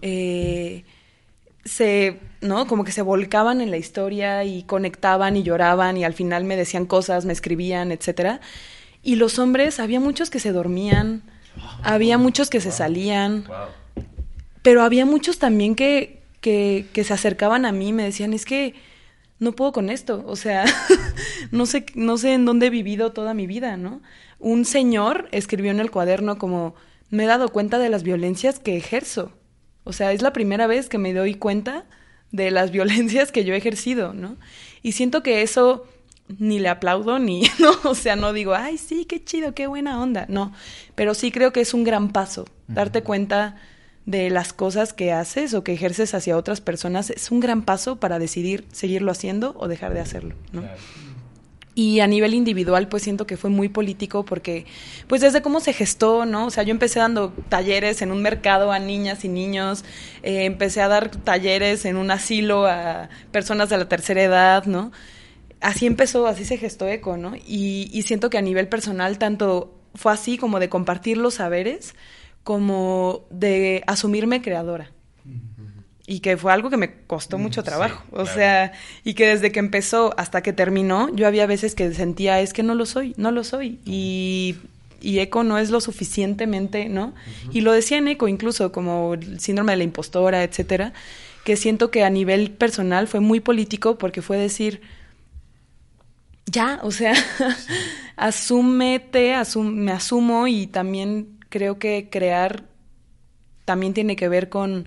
¿no? Como que se volcaban en la historia y conectaban y lloraban y al final me decían cosas, me escribían, etcétera. Y los hombres, había muchos que se dormían, había muchos que se salían, pero había muchos también que se acercaban a mí y me decían, es que no puedo con esto, o sea, no sé en dónde he vivido toda mi vida, ¿no? Un señor escribió en el cuaderno como, me he dado cuenta de las violencias que ejerzo. O sea, es la primera vez que me doy cuenta de las violencias que yo he ejercido, ¿no? Y siento que eso ni le aplaudo ni, no, o sea, no digo, ay, sí, qué chido, qué buena onda, no. Pero sí creo que es un gran paso, darte cuenta de las cosas que haces o que ejerces hacia otras personas, es un gran paso para decidir seguirlo haciendo o dejar de hacerlo, ¿no? Claro. Y a nivel individual, pues siento que fue muy político porque, pues desde cómo se gestó, ¿no? O sea, yo empecé dando talleres en un mercado a niñas y niños, empecé a dar talleres en un asilo a personas de la tercera edad, ¿no? Así empezó, así se gestó ECO, ¿no? Y siento que a nivel personal, tanto fue así como de compartir los saberes, como de asumirme creadora. Y que fue algo que me costó mucho trabajo. Sí, claro. O sea, y que desde que empezó hasta que terminó, yo había veces que sentía, es que no lo soy. Y ECO no es lo suficientemente, ¿no? Y lo decía en ECO incluso, como el síndrome de la impostora, etcétera, que siento que a nivel personal fue muy político porque fue decir, ya, o sea, asúmete, me asumo, y también creo que crear también tiene que ver con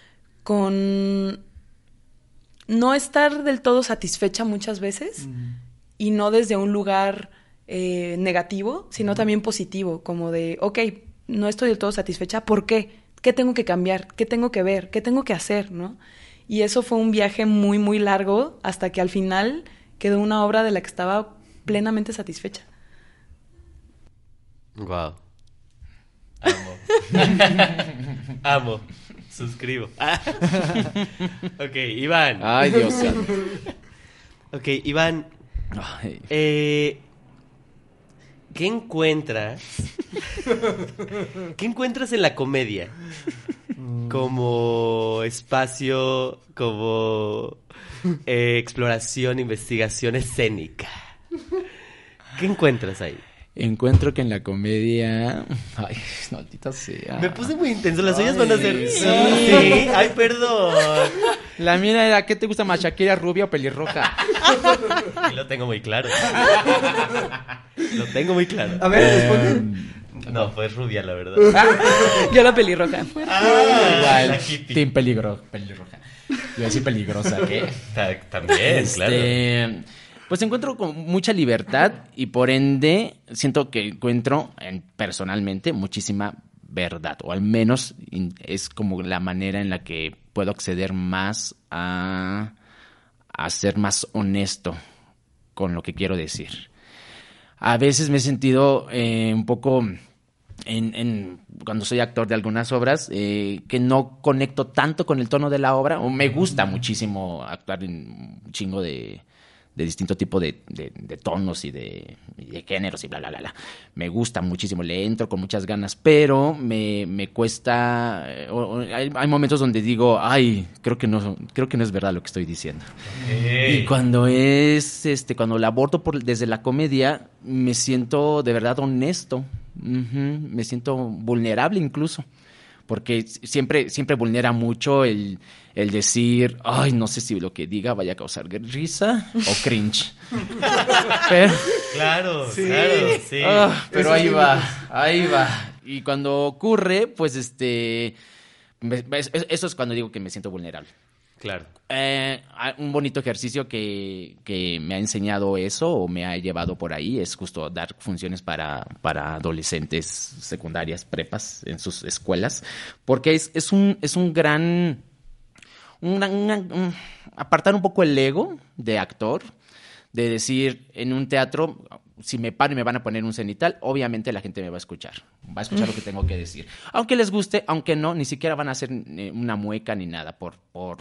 no estar del todo satisfecha muchas veces y no desde un lugar negativo, sino también positivo, como de, ok, no estoy del todo satisfecha, ¿por qué? ¿Qué tengo que cambiar? ¿Qué tengo que ver? ¿Qué tengo que hacer? ¿No? Y eso fue un viaje muy, muy largo hasta que al final quedó una obra de la que estaba plenamente satisfecha. Wow. Amo. Suscribo. Ok, Iván. Ay, Dios mío. Ok, Iván. ¿Qué encuentras? ¿Qué encuentras en la comedia? Como espacio, como exploración, investigación escénica. ¿Qué encuentras ahí? Encuentro que en la comedia... Ay, maldita sea. Me puse muy intenso. Las suyas van a ser... Sí. Ay, perdón. La mía era, ¿qué te gusta más, Shakira, rubia o pelirroja? Y lo tengo muy claro. Lo tengo muy claro. A ver, responde. No, fue rubia, la verdad. Yo la pelirroja. Igual, team pelirroja. Yo iba a decir peligrosa, ¿qué? También, claro. Pues encuentro con mucha libertad y por ende siento que encuentro personalmente muchísima verdad, o al menos es como la manera en la que puedo acceder más a ser más honesto con lo que quiero decir. A veces me he sentido un poco cuando soy actor de algunas obras que no conecto tanto con el tono de la obra, o me gusta muchísimo actuar en un chingo de distinto tipo de tonos y de géneros y bla, bla, bla, bla. Me gusta muchísimo, le entro con muchas ganas, pero me cuesta... hay momentos donde digo, ay, creo que no es verdad lo que estoy diciendo. Y cuando cuando la abordo desde la comedia, me siento de verdad honesto. Me siento vulnerable incluso. Porque siempre vulnera mucho el decir, ay, no sé si lo que diga vaya a causar risa o cringe. Pero, claro, sí. Pero ahí va. Y cuando ocurre, pues eso es cuando digo que me siento vulnerable. Claro. Un bonito ejercicio que me ha enseñado eso o me ha llevado por ahí es justo dar funciones para adolescentes, secundarias, prepas en sus escuelas, porque es un gran... apartar un poco el ego de actor, de decir, en un teatro, si me paro y me van a poner un cenital, obviamente la gente me va a escuchar lo que tengo que decir. Aunque les guste, aunque no, ni siquiera van a hacer una mueca ni nada por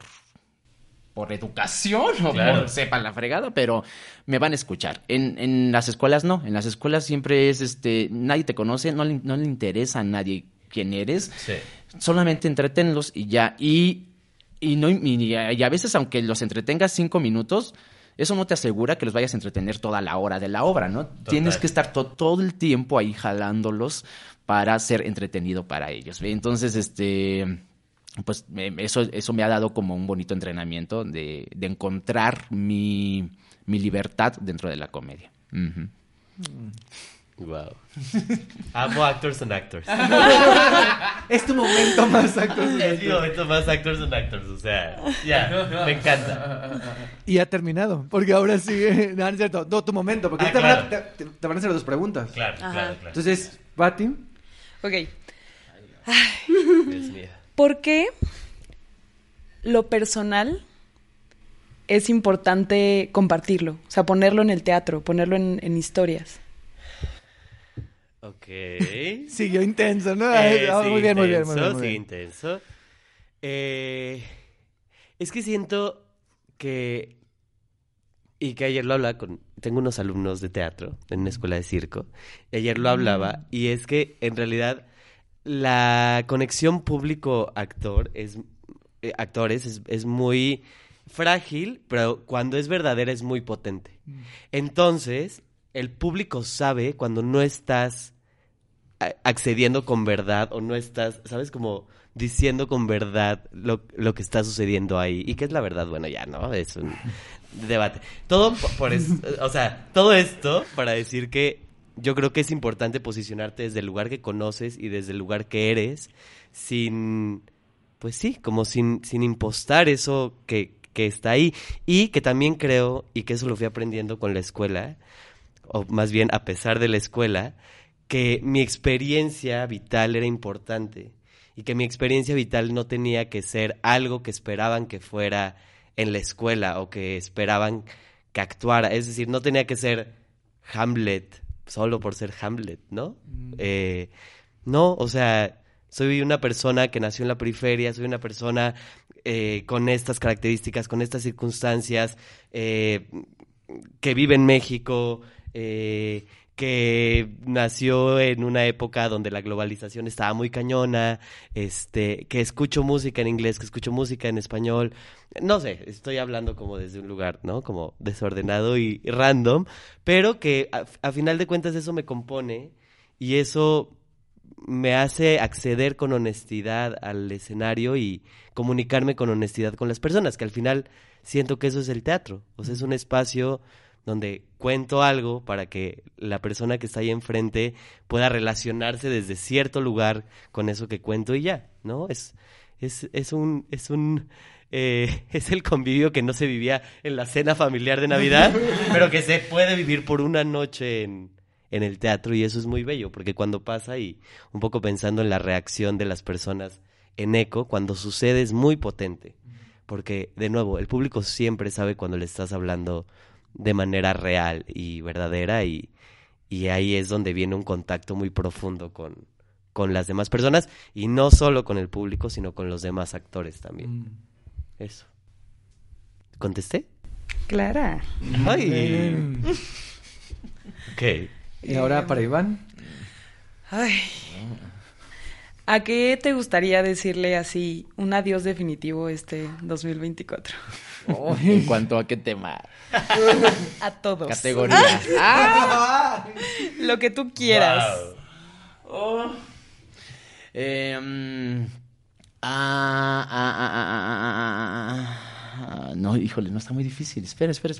educación o Claro. por sepan la fregada, pero me van a escuchar. En las escuelas no, en las escuelas siempre es, nadie te conoce, no le interesa a nadie quién eres, Sí. solamente entretenlos y ya, y a veces aunque los entretengas 5 minutos, eso no te asegura que los vayas a entretener toda la hora de la obra, ¿no? Tienes que estar todo el tiempo ahí jalándolos para ser entretenido para ellos, ¿ve? Entonces, pues eso me ha dado como un bonito entrenamiento de encontrar mi libertad dentro de la comedia. Uh-huh. Wow. Amo Actors on Actors. Es tu momento más actores. Es mi momento más Actors on Actors. O sea, ya, me encanta. Y ha terminado, porque ahora sí, no es cierto, no, tu momento, porque claro. te van a hacer las dos preguntas. Claro, Ajá. claro. Entonces, Pati, Ok. Dios mío. ¿Por qué lo personal es importante compartirlo? O sea, ponerlo en el teatro, ponerlo en historias. Ok. siguió intenso, ¿no? Muy bien, muy bien, muy bien. Muy Sí, bien. intenso. Es que siento que... Y que ayer lo hablaba con... Tengo unos alumnos de teatro en una escuela de circo. Y ayer lo hablaba. Y es que, en realidad, la conexión público-actor actores es muy frágil, pero cuando es verdadera es muy potente. Entonces, el público sabe cuando no estás accediendo con verdad o no estás, ¿sabes? Como diciendo con verdad lo que está sucediendo ahí. ¿Y qué es la verdad? Bueno, ya, ¿no? Es un debate. Todo o sea, todo esto para decir que yo creo que es importante posicionarte desde el lugar que conoces y desde el lugar que eres, sin, pues sí, como sin impostar eso que está ahí. Y que también creo, y que eso lo fui aprendiendo con la escuela, o más bien a pesar de la escuela, que mi experiencia vital era importante y que mi experiencia vital no tenía que ser algo que esperaban que fuera en la escuela o que esperaban que actuara. Es decir, no tenía que ser Hamlet solo por ser Hamlet, ¿no? No, o sea, soy una persona que nació en la periferia, soy una persona con estas características, con estas circunstancias, que vive en México, que nació en una época donde la globalización estaba muy cañona, que escucho música en inglés, que escucho música en español. No sé, estoy hablando como desde un lugar, ¿no? Como desordenado y random, pero que a final de cuentas eso me compone y eso me hace acceder con honestidad al escenario y comunicarme con honestidad con las personas, que al final siento que eso es el teatro. O sea, es un espacio donde cuento algo para que la persona que está ahí enfrente pueda relacionarse desde cierto lugar con eso que cuento y ya, ¿no? Es el convivio que no se vivía en la cena familiar de Navidad, pero que se puede vivir por una noche en el teatro, y eso es muy bello, porque cuando pasa, y un poco pensando en la reacción de las personas en eco, cuando sucede es muy potente, porque de nuevo, el público siempre sabe cuando le estás hablando de manera real y verdadera, y ahí es donde viene un contacto muy profundo con las demás personas, y no solo con el público, sino con los demás actores también. Eso. ¿Contesté? Clara. ¡Ay! Ok. Y ahora para Iván. Ay. ¿A qué te gustaría decirle así un adiós definitivo este 2024? ¿En cuanto a qué tema? A todos. Categorías. Lo que tú quieras. Wow. No, híjole, no está muy difícil. Espera. Está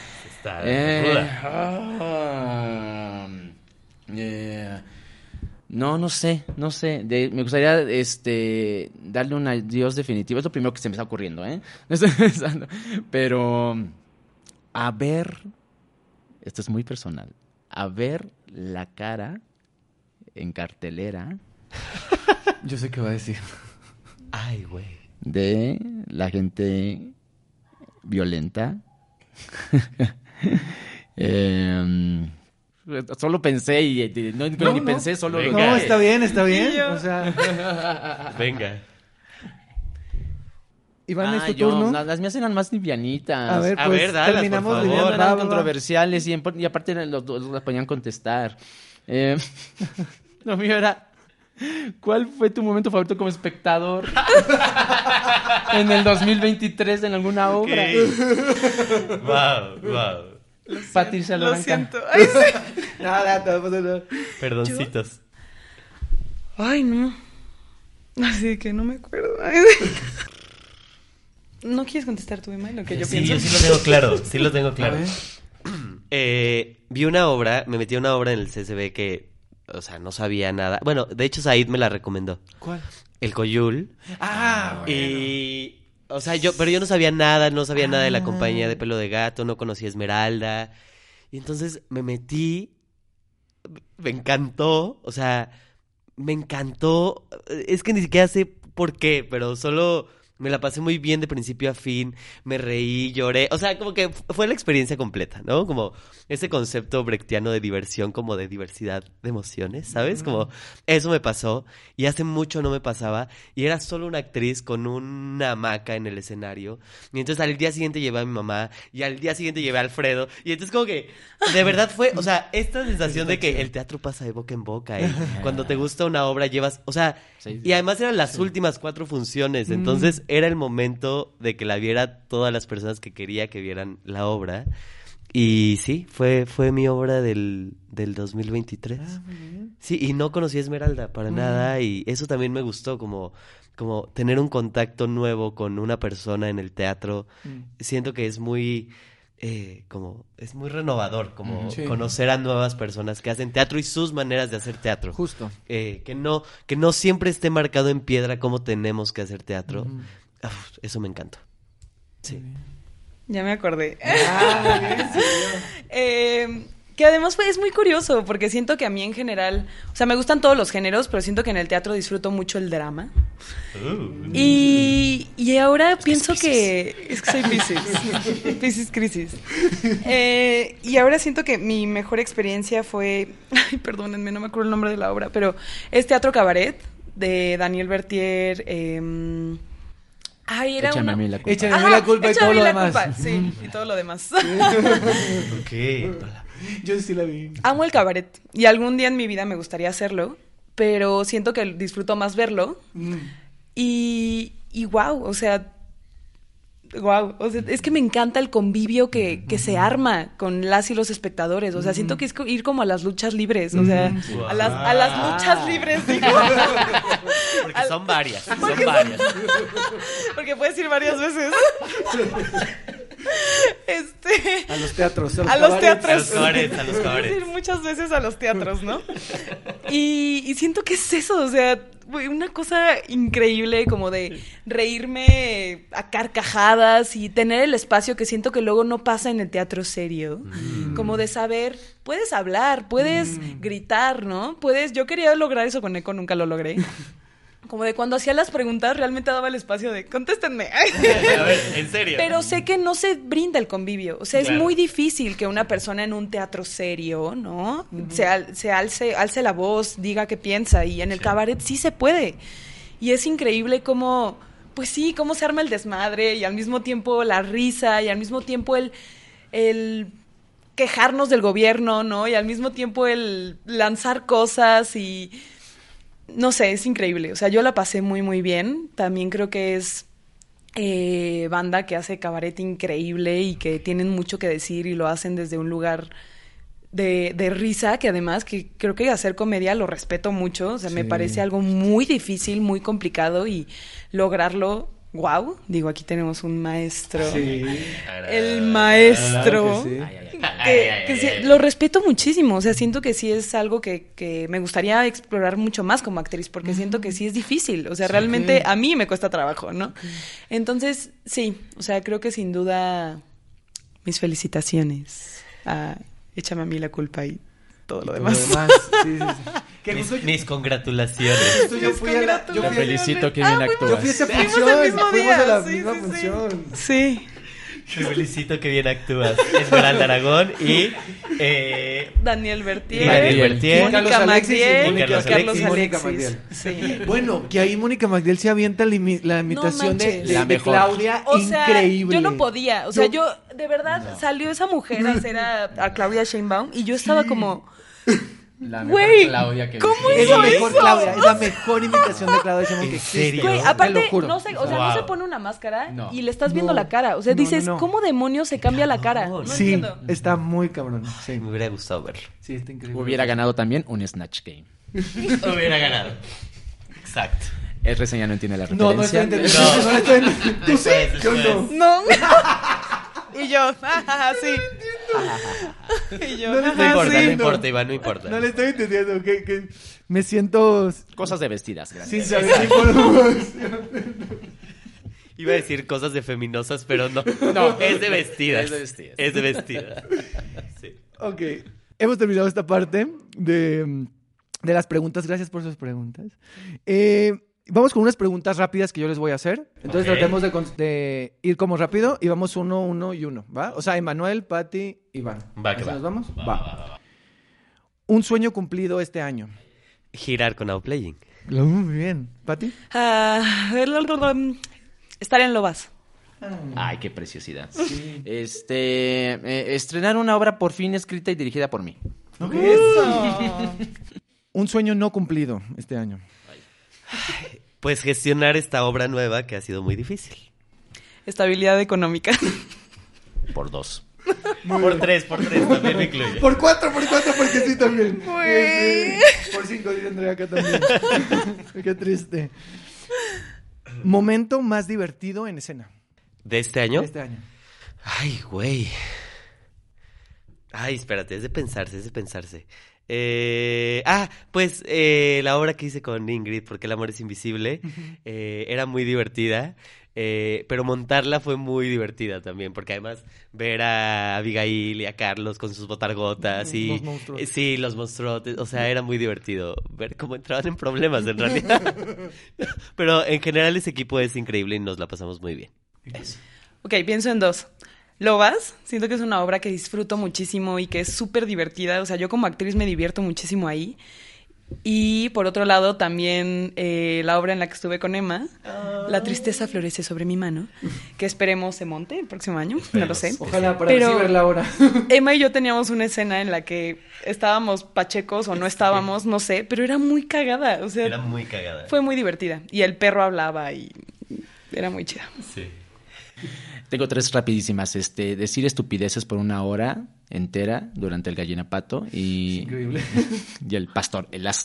ruda. No sé. Me gustaría darle un adiós definitivo. Es lo primero que se me está ocurriendo, ¿eh? No estoy pensando. Pero a ver, esto es muy personal, a ver la cara en cartelera. Yo sé qué va a decir. Ay, güey. De la gente violenta. Solo pensé y no, ni pensé, solo... Venga. No, está bien. Yo. O sea, Venga. Iván, es tu yo, turno. las mías eran más livianitas. A ver, A pues ver, dalas, terminamos por de favor. ver. Eran controversiales y aparte las podían contestar. Lo mío era... ¿Cuál fue tu momento favorito como espectador en el 2023 en alguna obra? Wow. Patricia Lo Loranca. siento. Ay, sí. No. Perdoncitos. Ay, no. Así que no me acuerdo. Ay, ¿no quieres contestar tú, Emma, lo que yo Sí, pienso? yo sí lo tengo claro. Sí lo tengo claro. A ver. Vi una obra, me metí a una obra en el CCB que, o sea, no sabía nada. Bueno, de hecho, Said me la recomendó. ¿Cuál? El Coyul. Ah, Y, o sea, pero yo no sabía nada de la compañía de Pelo de Gato, no conocía Esmeralda. Y entonces me metí, me encantó, o sea, me encantó. Es que ni siquiera sé por qué, pero solo me la pasé muy bien de principio a fin, me reí, lloré, o sea, como que fue la experiencia completa, ¿no? Como ese concepto brechtiano de diversión, como de diversidad de emociones, ¿sabes? Como eso me pasó y hace mucho no me pasaba y era solo una actriz con una hamaca en el escenario y entonces al día siguiente llevé a mi mamá y al día siguiente llevé a Alfredo y entonces como que de verdad fue, o sea, esta sensación de que el teatro pasa de boca en boca y cuando te gusta una obra llevas, o sea, y además eran las últimas 4 funciones, entonces era el momento de que la viera todas las personas que quería que vieran la obra. Y sí, fue mi obra del 2023. muy bien. Sí, y no conocí a Esmeralda para nada y eso también me gustó, como tener un contacto nuevo con una persona en el teatro. Siento que es muy... es muy renovador, como Sí. conocer a nuevas personas que hacen teatro y sus maneras de hacer teatro. Justo. Que no siempre esté marcado en piedra cómo tenemos que hacer teatro. Uf, eso me encantó. Sí. Ya me acordé. Que además es muy curioso, porque siento que a mí en general, o sea, me gustan todos los géneros, pero siento que en el teatro disfruto mucho el drama. Y ahora pienso que... Es que soy Piscis. Piscis Crisis. Y ahora siento que mi mejor experiencia fue... Ay, perdónenme, no me acuerdo el nombre de la obra, pero es Teatro Cabaret, de Daniel Bertier. Ay, era Échame una... a mí la culpa. Échame a mí la culpa y échame todo a mí lo la demás. culpa, sí, y todo lo demás. Ok. Yo sí la vi. Amo el cabaret y algún día en mi vida me gustaría hacerlo, pero siento que disfruto más verlo. Y wow, o sea, es que me encanta el convivio que se arma con las y los espectadores. O sea, siento que es ir como a las luchas libres, o sea, a las luchas libres, digo. Porque son varias, Porque puedes ir varias veces. A los teatros. A los teatros. A los cabarets. Puedes ir muchas veces a los teatros, ¿no? Y siento que es eso, o sea, una cosa increíble como de reírme a carcajadas y tener el espacio que siento que luego no pasa en el teatro serio, como de saber, puedes hablar, puedes gritar, ¿no? Yo quería lograr eso con Eco, nunca lo logré. Como de cuando hacía las preguntas, realmente daba el espacio de contéstenme. A ver, en serio. Pero sé que no se brinda el convivio. O sea, es muy difícil que una persona en un teatro serio, ¿no? Se alce la voz, diga qué piensa. Y en el cabaret sí se puede. Y es increíble cómo, pues sí, cómo se arma el desmadre y al mismo tiempo la risa y al mismo tiempo el quejarnos del gobierno, ¿no? Y al mismo tiempo el lanzar cosas y... No sé, es increíble. O sea, yo la pasé muy, muy bien. También creo que es banda que hace cabaret increíble y que tienen mucho que decir y lo hacen desde un lugar de risa, que además que creo que hacer comedia lo respeto mucho. O sea, me parece algo muy difícil, muy complicado y lograrlo... Wow, digo, aquí tenemos un maestro. Sí. El maestro. Claro que sí. lo respeto muchísimo. O sea, siento que sí es algo que me gustaría explorar mucho más como actriz, porque siento que sí es difícil. O sea, realmente a mí me cuesta trabajo, ¿no? Entonces, sí, o sea, creo que sin duda mis felicitaciones. Échame a mí la culpa y todo lo demás. Sí. Que Mis congratulaciones. Yo fui a la... Te felicito, que bien actúas. Yo fui a esa Fuimos función. el mismo Fuimos día, a la sí, misma sí, sí. función. Sí. Te felicito, que bien actúas. Esmeralda Aragón y Daniel Bertier. Daniel Bertier. Mónica Carlos Alexis y Magdiel. Carlos Carlos Alexis. Mónica Alexis. Magdiel. Sí. Bueno, que ahí Mónica Magdiel se avienta la imitación manches. de La mejor. Claudia, O sea, increíble. yo no podía. O sea, yo de verdad salió esa mujer a hacer a Claudia Sheinbaum y yo estaba como... La mejor Güey, Claudia que ¿cómo vi. Es la hizo mejor eso? Claudia, es la mejor imitación de Claudia Sheinbaum que ¿En existe. serio? Güey, Te lo aparte, juro. no sé, o sea, no Wow. se pone una máscara No. y le estás viendo No. la cara. O sea, No, dices, no. ¿cómo demonios se cambia la cara? No Sí, entiendo. está muy cabrón. Sí, Me hubiera gustado verlo. sí, está increíble. Hubiera ganado también un Snatch Game. Hubiera ganado. Exacto. El reseña no entiende la No, no referencia. estoy entendiendo. No, estoy entendiendo. ¿Tú sí? Después, Yo después. no. No. Y yo, sí. Y yo, No le No importa, sí, no importa, Iván, no importa. No le estoy entendiendo. Que me siento Cosas de vestidas, gracias. sin saber información. Iba a decir cosas de feminosas, pero no. No, es de vestidas. Es de vestidas. Es de vestidas. Sí. Ok, hemos terminado esta parte de las preguntas. Gracias por sus preguntas. Vamos con unas preguntas rápidas que yo les voy a hacer. Entonces Ok. tratemos de ir como rápido y vamos 1, 1 y 1, ¿va? O sea, Emanuel, Pati, Iván. Va, que ¿Así va. nos vamos? Va. Un sueño cumplido este año. Girar con Outplaying. Muy bien. ¿Pati? Estar en Lobas. Ay, qué preciosidad. Estrenar una obra por fin escrita y dirigida por mí. Un sueño no cumplido este año. Pues gestionar esta obra nueva que ha sido muy difícil. Estabilidad económica. Por 2. Por tres también me incluye. Por 4, porque sí también. Güey. Por 5 dice Andrea acá también. Qué triste. Momento más divertido en escena. ¿De este año? Este año. Ay, güey. Ay, espérate, es de pensarse. Pues la obra que hice con Ingrid, Porque el amor es invisible, era muy divertida, pero montarla fue muy divertida también, porque además ver a Abigail y a Carlos con sus botargotas y... Los monstruos. Sí, los monstruotes, o sea, era muy divertido ver cómo entraban en problemas en realidad. Pero en general ese equipo es increíble y nos la pasamos muy bien. Eso. Ok, pienso en 2. Lobas, siento que es una obra que disfruto muchísimo y que es súper divertida. O sea, yo como actriz me divierto muchísimo ahí. Y por otro lado, también la obra en la que estuve con Emma, La tristeza florece sobre mi mano, que esperemos se monte el próximo año, no lo sé. Ojalá para Pero- así verla ahora. Emma y yo teníamos una escena en la que estábamos pachecos o no estábamos, no sé, pero era muy cagada. O sea, Era muy cagada. fue muy divertida. Y el perro hablaba y era muy chida. Sí. Tengo 3 rapidísimas. Decir estupideces por 1 hora entera durante el gallinapato y... Increíble. Y el pastor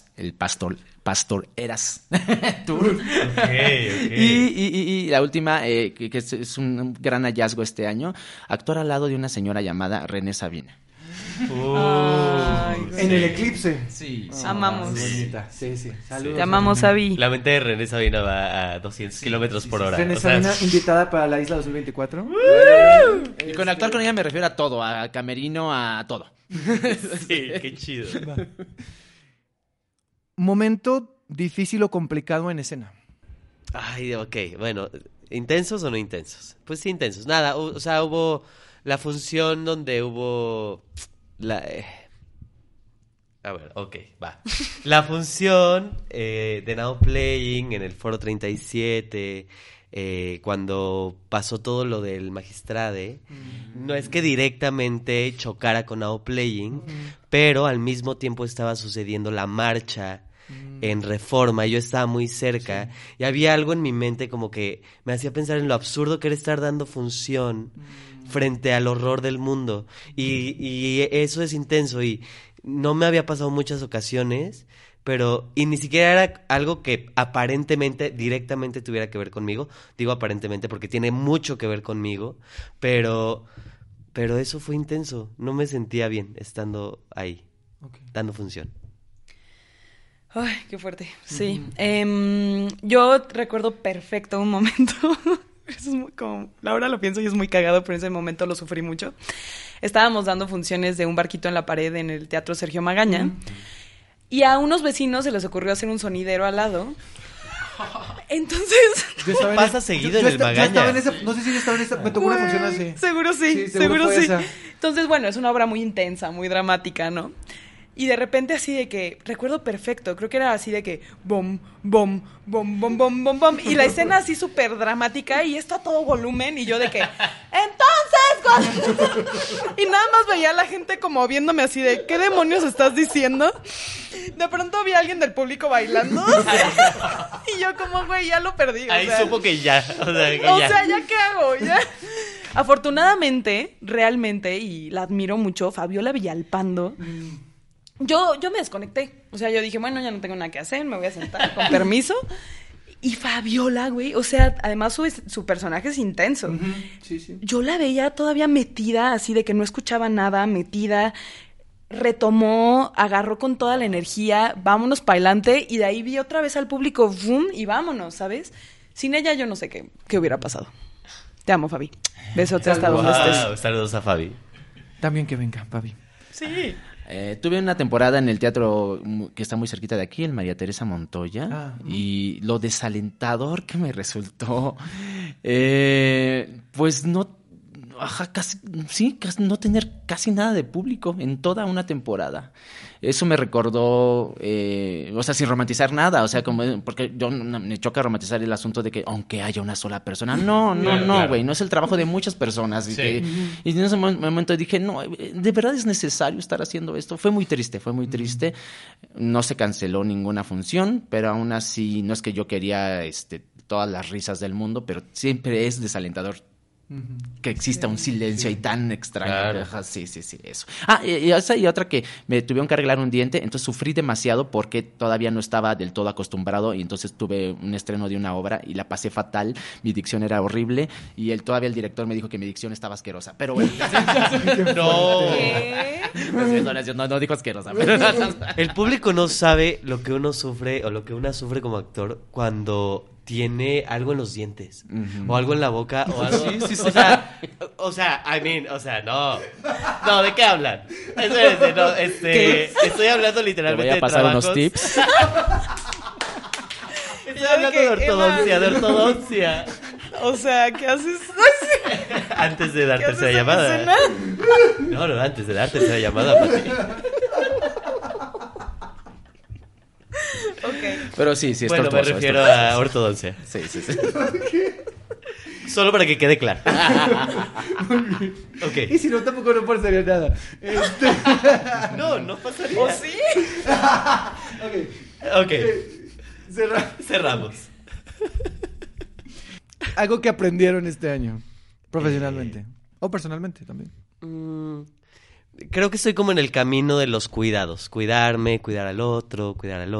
eras tour. Ok. Y la última, que es un gran hallazgo este año, actuar al lado de una señora llamada René Sabina. Ay, güey. En el eclipse. Sí. Amamos. Bonita. Sí, sí. Saludos. Te amamos, Abby. La mente de René Sabina va a 200 kilómetros por hora. René O sea, Sabina, invitada para la Isla 2024. Y con actuar con ella me refiero a todo, a camerino, a todo. sí, qué chido. Momento difícil o complicado en escena. Ay, ok, bueno, ¿intensos o no intensos? Pues sí, intensos. Nada, o sea, hubo la función donde hubo A ver, ok, va. La función de Now Playing en el Foro 37, cuando pasó todo lo del Magistrade, no es que directamente chocara con Now Playing, pero al mismo tiempo estaba sucediendo la marcha en Reforma, yo estaba muy cerca y había algo en mi mente como que me hacía pensar en lo absurdo que era estar dando función frente al horror del mundo y eso es intenso y no me había pasado muchas ocasiones, pero y ni siquiera era algo que aparentemente directamente tuviera que ver conmigo, digo aparentemente porque tiene mucho que ver conmigo, pero Pero eso fue intenso. No me sentía bien estando ahí, Ok. dando función. Ay, qué fuerte. Sí. Yo recuerdo perfecto un momento. Eso es muy como... Ahora lo pienso y es muy cagado, pero en ese momento lo sufrí mucho. Estábamos dando funciones de un barquito en la pared en el Teatro Sergio Magaña. Y a unos vecinos se les ocurrió hacer un sonidero al lado. Entonces... Yo estaba en Pasa esa- seguido en el yo Magaña. estaba en esa, no sé si yo estaba en esa, me tocó una función así. Seguro sí, seguro seguro fue sí. esa. Entonces, bueno, es una obra muy intensa, muy dramática, ¿no? Y de repente así de que, recuerdo perfecto, creo que era así de que, bom, bom, bom, bom, bom, bom, bom, y la escena así súper dramática y esto a todo volumen y yo de que, entonces, y nada más veía a la gente como viéndome así de, ¿qué demonios estás diciendo? De pronto vi a alguien del público bailando y yo como, güey, ya lo perdí. Ahí o sea, supo que ya. O sea, que o ya. sea, ¿ya qué hago? ¿Ya? Afortunadamente, realmente, y la admiro mucho, Fabiola Villalpando, yo me desconecté. O sea, yo dije, bueno, ya no tengo nada que hacer, me voy a sentar, con permiso. Y Fabiola, güey, o sea, además su personaje es intenso. Sí, sí. Yo la veía todavía metida, así de que no escuchaba nada, metida. Retomó, agarró con toda la energía, vámonos para adelante, y de ahí vi otra vez al público, boom, y vámonos, ¿sabes? Sin ella yo no sé qué hubiera pasado. Te amo, Fabi. Besote hasta donde estés. Wow, saludos a Fabi. También que venga, papi. Sí. Tuve una temporada en el teatro que está muy cerquita de aquí, el María Teresa Montoya, y lo desalentador que me resultó, pues no, casi no tener casi nada de público en toda una temporada. Eso me recordó, o sea, sin romantizar nada, o sea, como porque yo me choca romantizar el asunto de que aunque haya una sola persona, no, güey, no es el trabajo de muchas personas. Sí. Y en ese momento dije, no, de verdad es necesario estar haciendo esto. Fue muy triste. No se canceló ninguna función, pero aún así no es que yo quería todas las risas del mundo, pero siempre es desalentador que exista un silencio ahí tan extraño. Claro. Ajá, sí, eso. Y otra que me tuvieron que arreglar un diente, entonces sufrí demasiado porque todavía no estaba del todo acostumbrado y entonces tuve un estreno de una obra y la pasé fatal, mi dicción era horrible y todavía el director me dijo que mi dicción estaba asquerosa, pero bueno. No. ¿Qué? No dijo asquerosa, pero El público no sabe lo que uno sufre o lo que una sufre como actor cuando tiene algo en los dientes o algo en la boca o algo. Sí. O sea, no, ¿de qué hablan? Espérense, no, estoy hablando te literalmente voy a pasar de unos trabajos. tips. Estoy hablando de ortodoncia. O sea, ¿qué haces? Antes de dar ¿Qué haces tercera en llamada. escena? No, antes de dar tercera llamada, Pati. Ok. Pero sí, es Bueno, me tortuoso, refiero es tortuoso. a ortodoncia. Sí. Solo para que quede claro. Ok. Y si no, tampoco no pasaría nada. No pasaría. ¿O sí? Ok. Cerramos. Algo que aprendieron este año, profesionalmente. O personalmente también. Creo que estoy como en el camino de los cuidados. Cuidarme, cuidar al otro.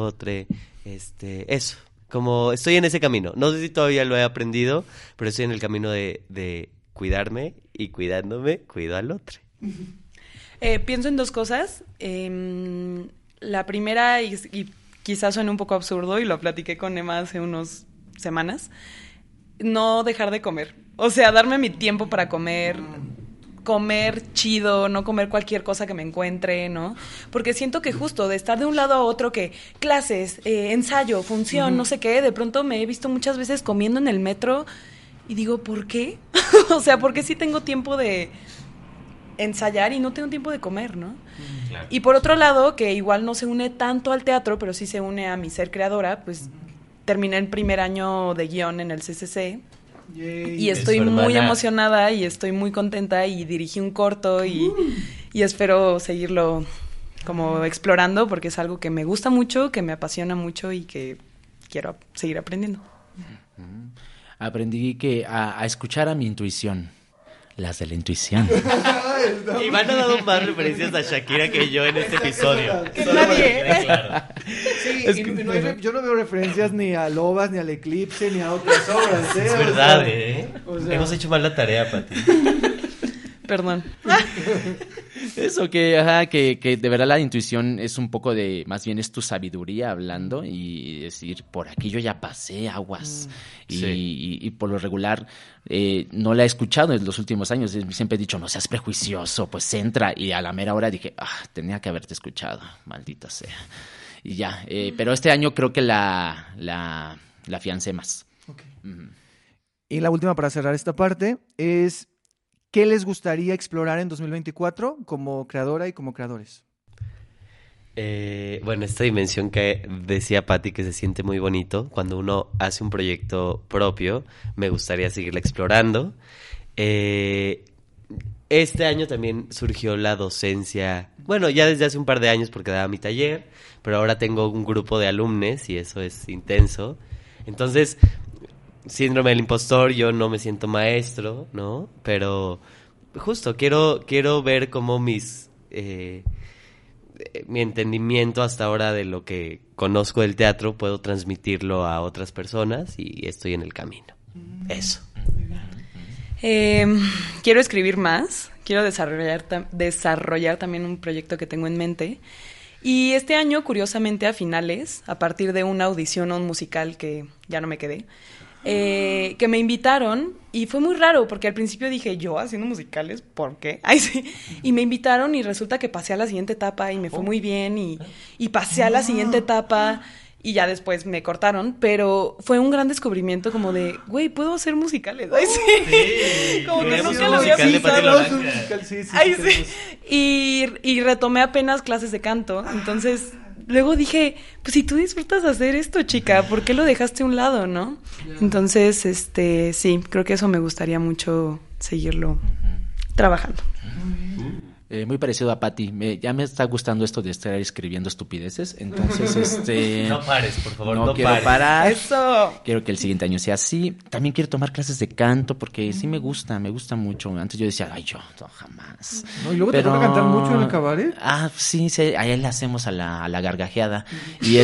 Eso. Como estoy en ese camino. No sé si todavía lo he aprendido, pero estoy en el camino de cuidarme y cuidándome, cuido al otro. Pienso en dos cosas. La primera, y quizás suene un poco absurdo, y lo platiqué con Emma hace unas semanas, no dejar de comer. O sea, darme mi tiempo para comer chido, no comer cualquier cosa que me encuentre, ¿no? Porque siento que justo de estar de un lado a otro, que clases, ensayo, función, no sé qué, de pronto me he visto muchas veces comiendo en el metro y digo, ¿por qué? O sea, ¿por qué sí tengo tiempo de ensayar y no tengo tiempo de comer, ¿no? Claro. Y por otro lado, que igual no se une tanto al teatro, pero sí se une a mi ser creadora, pues terminé el primer año de guión en el CCC. Y estoy muy emocionada y estoy muy contenta y dirigí un corto y espero seguirlo como explorando porque es algo que me gusta mucho, que me apasiona mucho y que quiero seguir aprendiendo. Aprendí a escuchar a mi intuición. Las de la intuición. Iván ha dado más referencias a Shakira que yo en este episodio. Que Solo para nadie. que quede claro. Sí, yo no veo referencias ni a Lobas, ni al Eclipse, ni a otras obras. Es O verdad, sea, o sea, Hemos hecho mal la tarea, Pati. Perdón. Eso que de verdad la intuición es un poco de, más bien es tu sabiduría hablando y decir, por aquí yo ya pasé aguas. Y por lo regular no la he escuchado en los últimos años. Siempre he dicho, no seas prejuicioso, pues entra. Y a la mera hora dije, tenía que haberte escuchado, maldita sea. Y ya, pero este año creo que la afiancé más. Okay. Y la última para cerrar esta parte es, ¿qué les gustaría explorar en 2024 como creadora y como creadores? Bueno, esta dimensión que decía Patti que se siente muy bonito cuando uno hace un proyecto propio, me gustaría seguirla explorando. Este año también surgió la docencia, bueno, ya desde hace un par de años porque daba mi taller, pero ahora tengo un grupo de alumnos y eso es intenso. Entonces, síndrome del impostor, yo no me siento maestro, ¿no? Pero justo quiero ver cómo mi entendimiento hasta ahora de lo que conozco del teatro puedo transmitirlo a otras personas y estoy en el camino. Eso. Quiero escribir más, quiero desarrollar también un proyecto que tengo en mente. Y este año, curiosamente, a finales, a partir de una audición a un musical que ya no me quedé, que me invitaron y fue muy raro porque al principio dije, ¿yo haciendo musicales? ¿Por qué? Ay, sí. Y me invitaron y resulta que pasé a la siguiente etapa y me fue muy bien y pasé a la siguiente etapa y ya después me cortaron, pero fue un gran descubrimiento como de, güey, ¿puedo hacer musicales? Ay, sí. Como que nunca lo había pensado. Ay, sí. Y retomé apenas clases de canto, entonces luego dije, pues si tú disfrutas hacer esto, chica, ¿por qué lo dejaste a un lado, no? Entonces, sí, creo que eso me gustaría mucho seguirlo trabajando. Muy parecido a Patti. Ya me está gustando esto de estar escribiendo estupideces. Entonces, No pares, por favor, no quiero pares. parar. ¡Eso! Quiero que el siguiente año sea así. También quiero tomar clases de canto porque sí me gusta mucho. Antes yo decía, yo no, jamás. No, y luego te toca cantar mucho en el cabaret. Sí, ahí le hacemos a la gargajeada. Y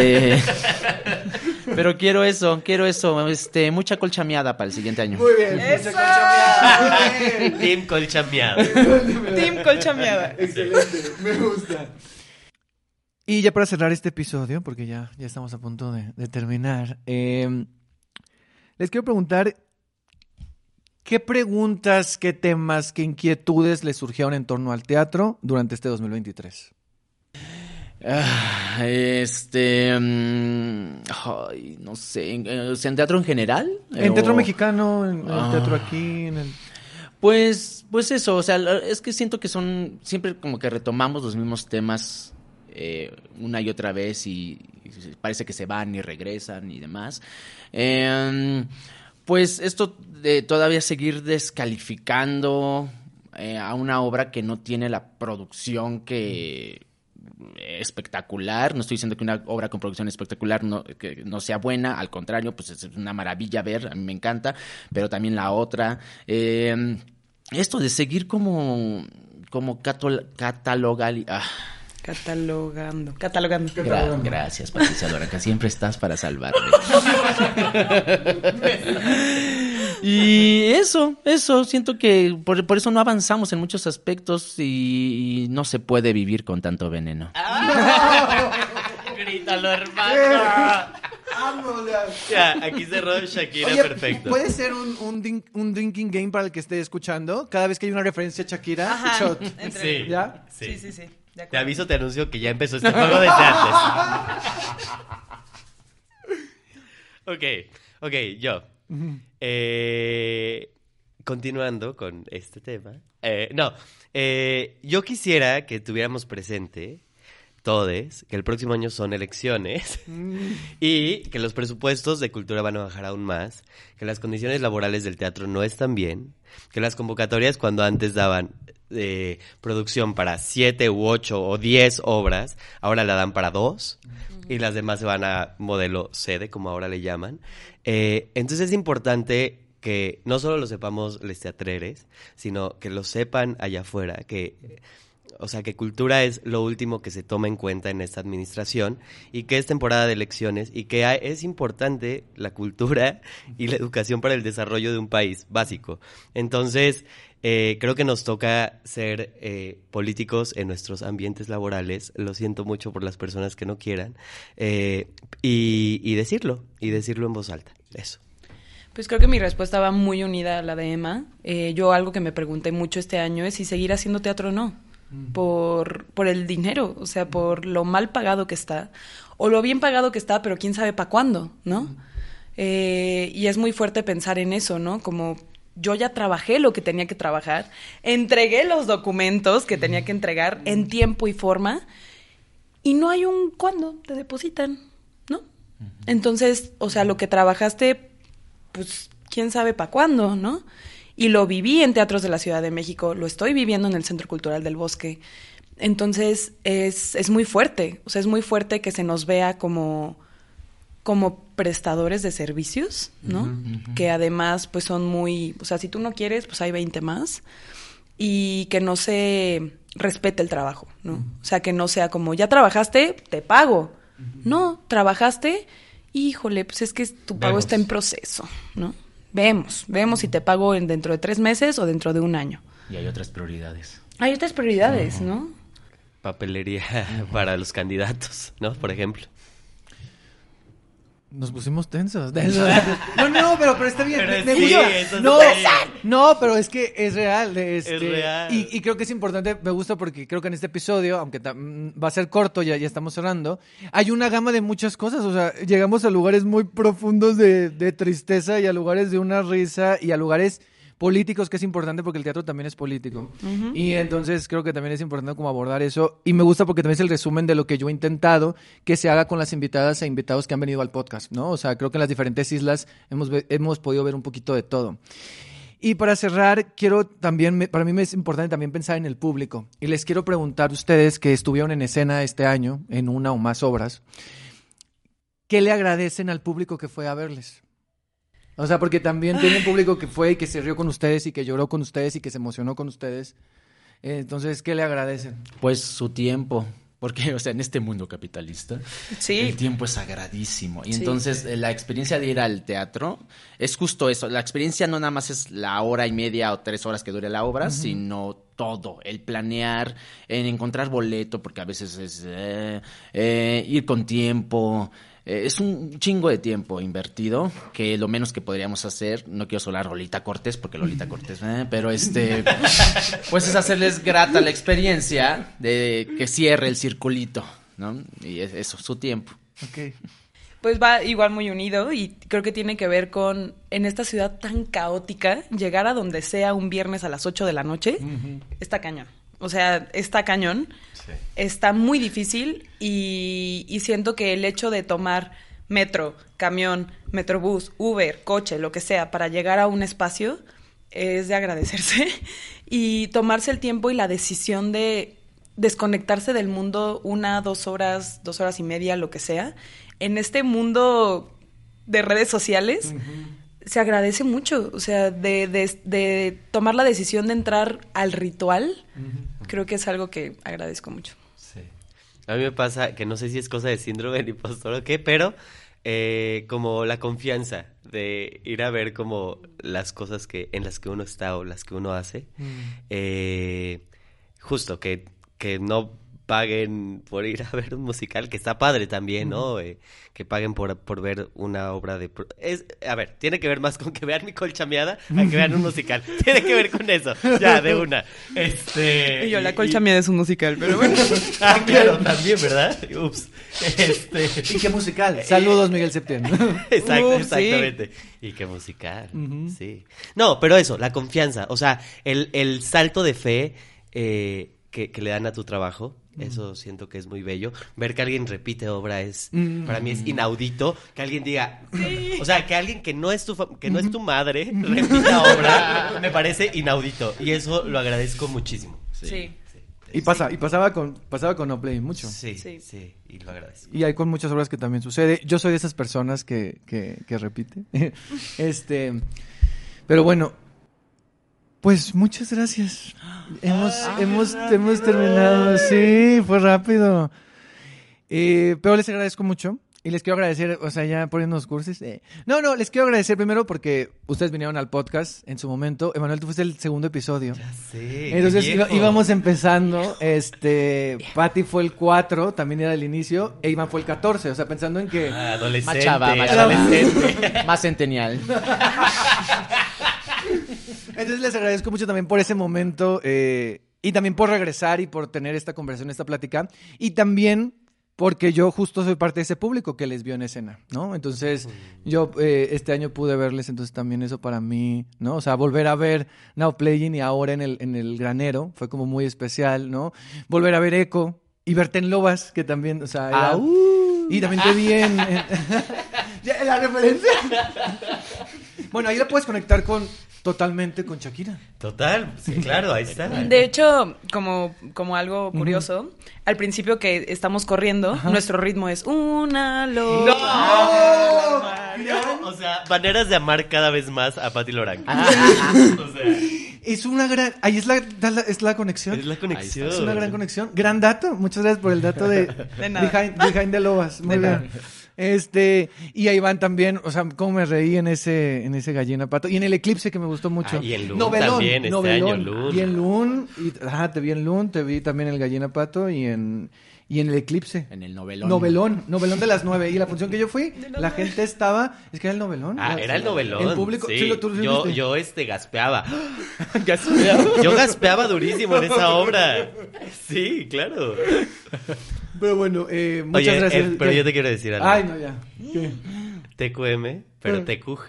pero quiero eso. Mucha colchameada para el siguiente año. Muy bien. ¡Eso! Team colchameado. Team colchameada. Excelente, me gusta. Y ya para cerrar este episodio, porque ya estamos a punto de terminar, les quiero preguntar qué preguntas, qué temas, qué inquietudes les surgieron en torno al teatro durante este 2023. No sé, ¿en teatro en general? En teatro mexicano, en el teatro aquí, en el... Pues eso, o sea, es que siento que siempre como que retomamos los mismos temas una y otra vez y parece que se van y regresan y demás. Pues esto de todavía seguir descalificando a una obra que no tiene la producción espectacular. No estoy diciendo que una obra con producción espectacular que no sea buena, al contrario, pues es una maravilla ver, a mí me encanta, pero también la otra, esto de seguir como Catalogando. Gracias, Patricia Dora, que siempre estás para salvarme. Y eso, siento que por eso no avanzamos en muchos aspectos y no se puede vivir con tanto veneno. Grítalo, hermano. Ya, aquí cerró Shakira. Oye, perfecto. ¿Puede ser un drinking game para el que esté escuchando? Cada vez que hay una referencia a Shakira, ajá, shot. Sí. ¿Ya? Sí. Te aviso, te anuncio que ya empezó este juego desde antes. Ok, yo. Continuando con este tema. Yo quisiera que tuviéramos presente todos que el próximo año son elecciones y que los presupuestos de cultura van a bajar aún más, que las condiciones laborales del teatro no están bien, que las convocatorias cuando antes daban producción para 7 u 8 o 10 obras, ahora la dan para 2 y las demás se van a modelo sede, como ahora le llaman. Entonces es importante que no solo lo sepamos les teatreres, sino que lo sepan allá afuera, que O sea, que cultura es lo último que se toma en cuenta en esta administración y que es temporada de elecciones y que es importante la cultura y la educación para el desarrollo de un país básico. Entonces, creo que nos toca ser políticos en nuestros ambientes laborales. Lo siento mucho por las personas que no quieran. Y decirlo en voz alta. Eso. Pues creo que mi respuesta va muy unida a la de Emma. Yo algo que me pregunté mucho este año es si seguir haciendo teatro o no. Por el dinero, o sea, por lo mal pagado que está, o lo bien pagado que está, pero quién sabe para cuándo, ¿no? Y es muy fuerte pensar en eso, ¿no? Como yo ya trabajé lo que tenía que trabajar, entregué los documentos que tenía que entregar en tiempo y forma, y no hay un cuándo te depositan, ¿no? Entonces, o sea, lo que trabajaste, pues, quién sabe para cuándo, ¿no? Y lo viví en teatros de la Ciudad de México, lo estoy viviendo en el Centro Cultural del Bosque. Entonces, es muy fuerte. O sea, es muy fuerte que se nos vea como prestadores de servicios, ¿no? Que además, pues, son muy... O sea, si tú no quieres, pues hay 20 más. Y que no se respete el trabajo, ¿no? O sea, que no sea como, ya trabajaste, te pago. No, trabajaste, híjole, pues es que tu pago está en proceso, ¿no? Vemos si te pago dentro de 3 meses o dentro de 1 año. Y hay otras prioridades. Hay otras prioridades, ¿no? Papelería para los candidatos, ¿no? Por ejemplo. Nos pusimos tensos. No, pero está bien. Pero sí, eso no, pero es que es real. Es real. Y creo que es importante, me gusta porque creo que en este episodio, aunque va a ser corto, ya estamos cerrando, hay una gama de muchas cosas. O sea, llegamos a lugares muy profundos de tristeza y a lugares de una risa y a lugares políticos, que es importante porque el teatro también es político. Y entonces creo que también es importante como abordar eso. Y me gusta porque también es el resumen de lo que yo he intentado que se haga con las invitadas e invitados que han venido al podcast, ¿no? O sea, creo que en las diferentes islas hemos podido ver un poquito de todo. Y para cerrar, quiero también, para mí me es importante también pensar en el público. Y les quiero preguntar a ustedes que estuvieron en escena este año, en una o más obras, ¿qué le agradecen al público que fue a verles? O sea, porque también tiene un público que fue y que se rió con ustedes y que lloró con ustedes y que se emocionó con ustedes. Entonces, ¿qué le agradecen? Pues su tiempo. Porque, o sea, en este mundo capitalista, sí, el tiempo es sagradísimo. Y sí, entonces la experiencia de ir al teatro es justo eso. La experiencia no nada más es la hora y media o 3 horas que dure la obra, sino todo. El planear, en encontrar boleto, porque a veces es ir con tiempo. Es un chingo de tiempo invertido, que lo menos que podríamos hacer, no quiero sonar Lolita Cortés, porque Lolita Cortés, pero pues es hacerles grata la experiencia de que cierre el circulito, ¿no? Y eso, su tiempo. Okay. Pues va igual muy unido y creo que tiene que ver con, en esta ciudad tan caótica, llegar a donde sea un viernes a las 8 de la noche, está cañón. O sea, está cañón, sí, está muy difícil y siento que el hecho de tomar metro, camión, metrobús, Uber, coche, lo que sea, para llegar a un espacio es de agradecerse y tomarse el tiempo y la decisión de desconectarse del mundo 1, 2 horas, 2 horas y media, lo que sea, en este mundo de redes sociales. Se agradece mucho, o sea, de tomar la decisión de entrar al ritual, creo que es algo que agradezco mucho. Sí. A mí me pasa que no sé si es cosa de síndrome del impostor o qué, pero como la confianza de ir a ver como las cosas en las que uno está o las que uno hace, justo que no paguen por ir a ver un musical, que está padre también, ¿no? Que paguen por ver una obra de... a ver, tiene que ver más con que vean mi colcha miada a que vean un musical. Tiene que ver con eso, ya, de una. Y yo, la colcha miada es un musical, pero bueno. Claro, también, ¿verdad? Ups. ¿Y qué musical? Saludos, Miguel Septién. Exactamente. Sí. ¿Y qué musical? Sí. No, pero eso, la confianza, o sea, el salto de fe que le dan a tu trabajo. Eso siento que es muy bello. Ver que alguien repite obra para mí es inaudito. Que alguien diga, o sea, que alguien que no es tu madre repita obra, me parece inaudito. Y eso lo agradezco muchísimo. Sí. Y pasaba con No Play mucho. Sí, y lo agradezco. Y hay con muchas obras que también sucede. Yo soy de esas personas que repite. Pero bueno, Pues muchas gracias. Hemos terminado. Sí, fue rápido. Pero les agradezco mucho. Y les quiero agradecer, o sea, ya poniendo los cursos. No, les quiero agradecer primero porque ustedes vinieron al podcast en su momento. Emanuel, tú fuiste el segundo episodio. Ya sé. Entonces viejo. íbamos empezando. Patty fue el 4, también era el inicio. E Iván fue el 14. O sea, pensando en que. Adolescente. Más chava, más adolescente. Más centenial. Entonces les agradezco mucho también por ese momento. Y también por regresar y por tener esta conversación, esta plática. Y también porque yo justo soy parte de ese público que les vio en escena, ¿no? Entonces, yo este año pude verles, entonces también eso para mí, ¿no? O sea, volver a ver Now Playing y ahora en el Granero fue como muy especial, ¿no? Volver a ver Echo y verte en Lobas, que también, o sea, era... Y también te vi en... ¿Ya, la referencia? Bueno, ahí la puedes conectar totalmente con Shakira. Total, sí, claro, ahí está. De hecho, como algo curioso, al principio que estamos corriendo, nuestro ritmo es una loba. ¡No! O sea, maneras de amar cada vez más a Patti Lorang. O sea, Es una gran... Ahí es la conexión. es la conexión. Es una gran conexión. Gran dato. Muchas gracias por el dato de nada. Behind the Lobas. Muy bien. Y ahí van también, o sea, cómo me reí en ese Gallina Pato. Y en el Eclipse, que me gustó mucho. Y en Loon también, este año, Loon. Y en Loon, te vi en Loon, te vi también en el Gallina Pato y en el Eclipse. En el novelón. Novelón de las 9. Y la función que yo fui, la gente estaba... Es que era el novelón. Era el novelón. El público... Sí. ¿tú lo viste? Yo gaspeaba. Yo gaspeaba durísimo en esa obra. Sí, claro. Pero bueno, muchas gracias. Pero yo te quiero decir algo. Ay, no, ya. ¿Qué? TQM, pero TQG.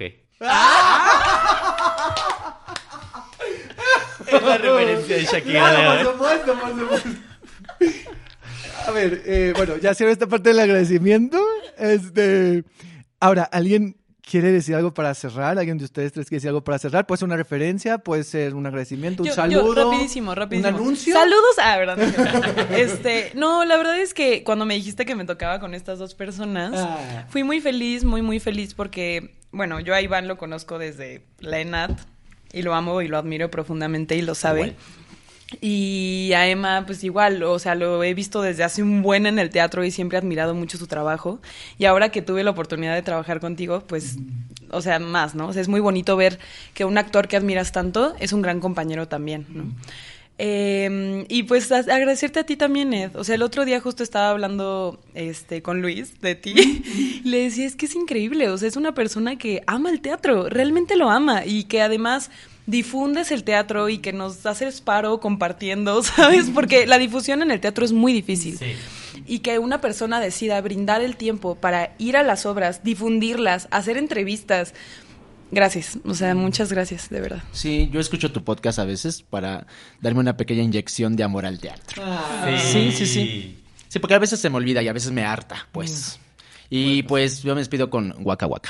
Es la referencia de Shakira de hoy. Por supuesto. A ver, bueno, ya cierro esta parte del agradecimiento. Ahora, ¿alguien quiere decir algo para cerrar? ¿Alguien de ustedes tres quiere decir algo para cerrar? Puede ser una referencia, puede ser un agradecimiento, un saludo. Rapidísimo. ¿Un anuncio? Saludos. ¿Verdad? No, la verdad es que cuando me dijiste que me tocaba con estas dos personas, fui muy feliz, muy feliz porque, bueno, yo a Iván lo conozco desde la ENAD y lo amo y lo admiro profundamente y lo sabe. Igual. Y a Emma, pues igual, o sea, lo he visto desde hace un buen en el teatro y siempre he admirado mucho su trabajo. Y ahora que tuve la oportunidad de trabajar contigo, pues, o sea, más, ¿no? O sea, es muy bonito ver que un actor que admiras tanto es un gran compañero también, ¿no? Y pues agradecerte a ti también, Ed. O sea, el otro día justo estaba hablando con Luis de ti y le decía, es que es increíble, o sea, es una persona que ama el teatro, realmente lo ama y que además difundes el teatro y que nos haces paro compartiendo, ¿sabes? Porque la difusión en el teatro es muy difícil. Sí. Y que una persona decida brindar el tiempo para ir a las obras, difundirlas, hacer entrevistas. Gracias, o sea, muchas gracias, de verdad. Sí, yo escucho tu podcast a veces para darme una pequeña inyección de amor al teatro. Sí. Sí, porque a veces se me olvida y a veces me harta, pues. Y pues yo me despido con Waka Waka.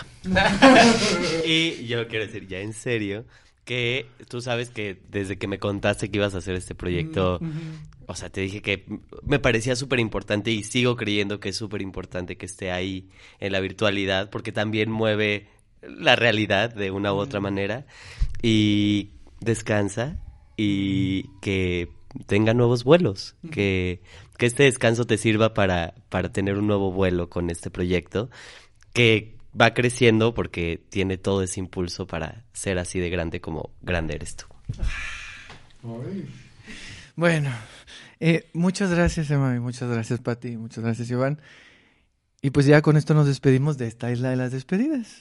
Y yo quiero decir, ya en serio, que tú sabes que desde que me contaste que ibas a hacer este proyecto, o sea, te dije que me parecía súper importante y sigo creyendo que es súper importante que esté ahí en la virtualidad, porque también mueve la realidad de una u otra manera. Y descansa y que tenga nuevos vuelos, que este descanso te sirva para tener un nuevo vuelo con este proyecto, que va creciendo porque tiene todo ese impulso para ser así de grande como grande eres tú. Bueno, muchas gracias, Emma, y muchas gracias, Pati, muchas gracias, Iván. Y pues ya con esto nos despedimos de esta isla de las despedidas.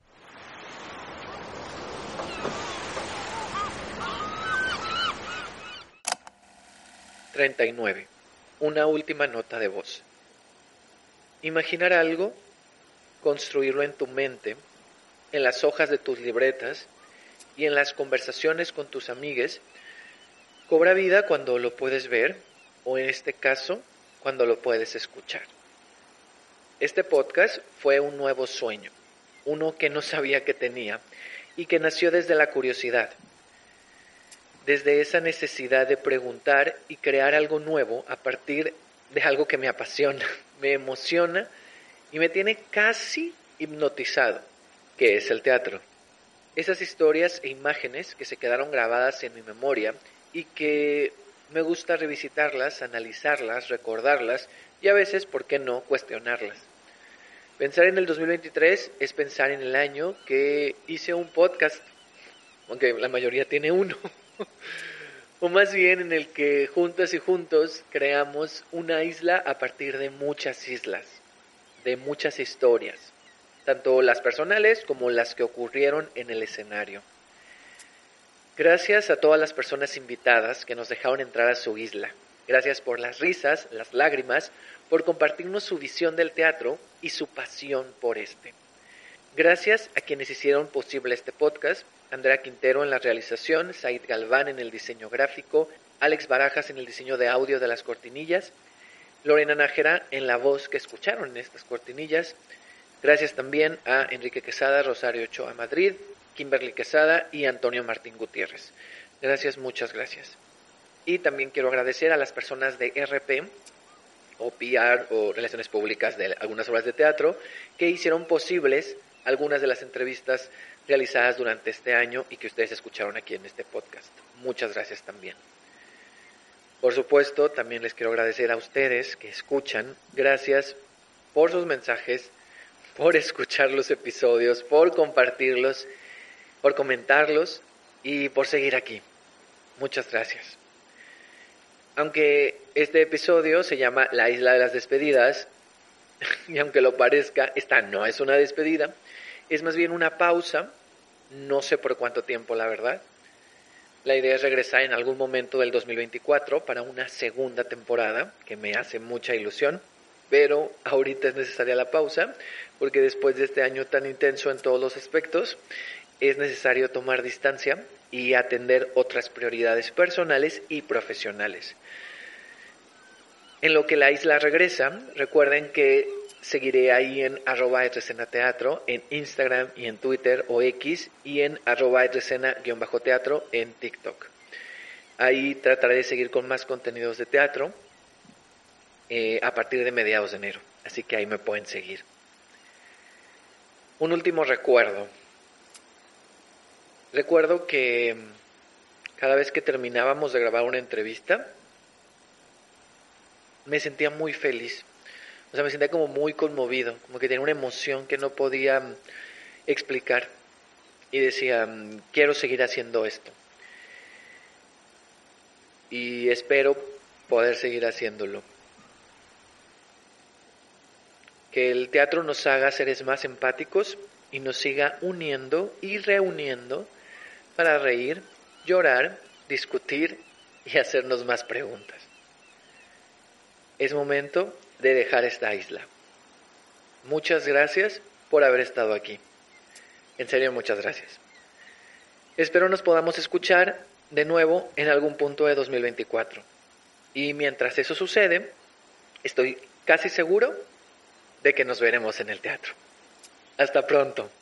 ...39... Una última nota de voz. Imaginar algo, construirlo en tu mente, en las hojas de tus libretas y en las conversaciones con tus amigues, cobra vida cuando lo puedes ver, o en este caso, cuando lo puedes escuchar. Este podcast fue un nuevo sueño, uno que no sabía que tenía y que nació desde la curiosidad. Desde esa necesidad de preguntar y crear algo nuevo a partir de algo que me apasiona, me emociona y me tiene casi hipnotizado, que es el teatro. esas historias e imágenes que se quedaron grabadas en mi memoria y que me gusta revisitarlas, analizarlas, recordarlas y a veces, ¿por qué no?, cuestionarlas. Pensar en el 2023 es pensar en el año que hice un podcast, aunque la mayoría tiene uno, o más bien en el que juntas y juntos creamos una isla a partir de muchas islas, de muchas historias, tanto las personales como las que ocurrieron en el escenario. Gracias a todas las personas invitadas que nos dejaron entrar a su isla. Gracias por las risas, las lágrimas, por compartirnos su visión del teatro y su pasión por este. Gracias a quienes hicieron posible este podcast: Andrea Quintero en la realización, Said Galván en el diseño gráfico, Alex Barajas en el diseño de audio de las cortinillas, Lorena Nájera en la voz que escucharon en estas cortinillas. Gracias también a Enrique Quesada, Rosario Ochoa Madrid, Kimberly Quesada y Antonio Martín Gutiérrez. Gracias, muchas gracias. Y también quiero agradecer a las personas de RP o PR o Relaciones Públicas de algunas obras de teatro que hicieron posibles algunas de las entrevistas realizadas durante este año y que ustedes escucharon aquí en este podcast. Muchas gracias también. Por supuesto, también les quiero agradecer a ustedes que escuchan. Gracias por sus mensajes, por escuchar los episodios, por compartirlos, por comentarlos y por seguir aquí. Muchas gracias. Aunque este episodio se llama La Isla de las Despedidas, y aunque lo parezca, esta no es una despedida, es más bien una pausa, no sé por cuánto tiempo, la verdad. La idea es regresar en algún momento del 2024 para una segunda temporada, que me hace mucha ilusión, pero ahorita es necesaria la pausa, porque después de este año tan intenso en todos los aspectos, es necesario tomar distancia y atender otras prioridades personales y profesionales. En lo que la isla regresa, recuerden que seguiré ahí en @etrescenateatro, en Instagram y en Twitter o X, y en @etrescena_teatro en TikTok. Ahí trataré de seguir con más contenidos de teatro a partir de mediados de enero, así que ahí me pueden seguir. Un último recuerdo. Recuerdo que cada vez que terminábamos de grabar una entrevista, me sentía muy feliz. O sea, me sentía como muy conmovido, como que tenía una emoción que no podía explicar. Y decía, quiero seguir haciendo esto. Y espero poder seguir haciéndolo. Que el teatro nos haga seres más empáticos y nos siga uniendo y reuniendo para reír, llorar, discutir y hacernos más preguntas. Es momento de dejar esta isla. Muchas gracias por haber estado aquí. En serio, muchas gracias. Espero nos podamos escuchar de nuevo en algún punto de 2024. Y mientras eso sucede, estoy casi seguro de que nos veremos en el teatro. Hasta pronto.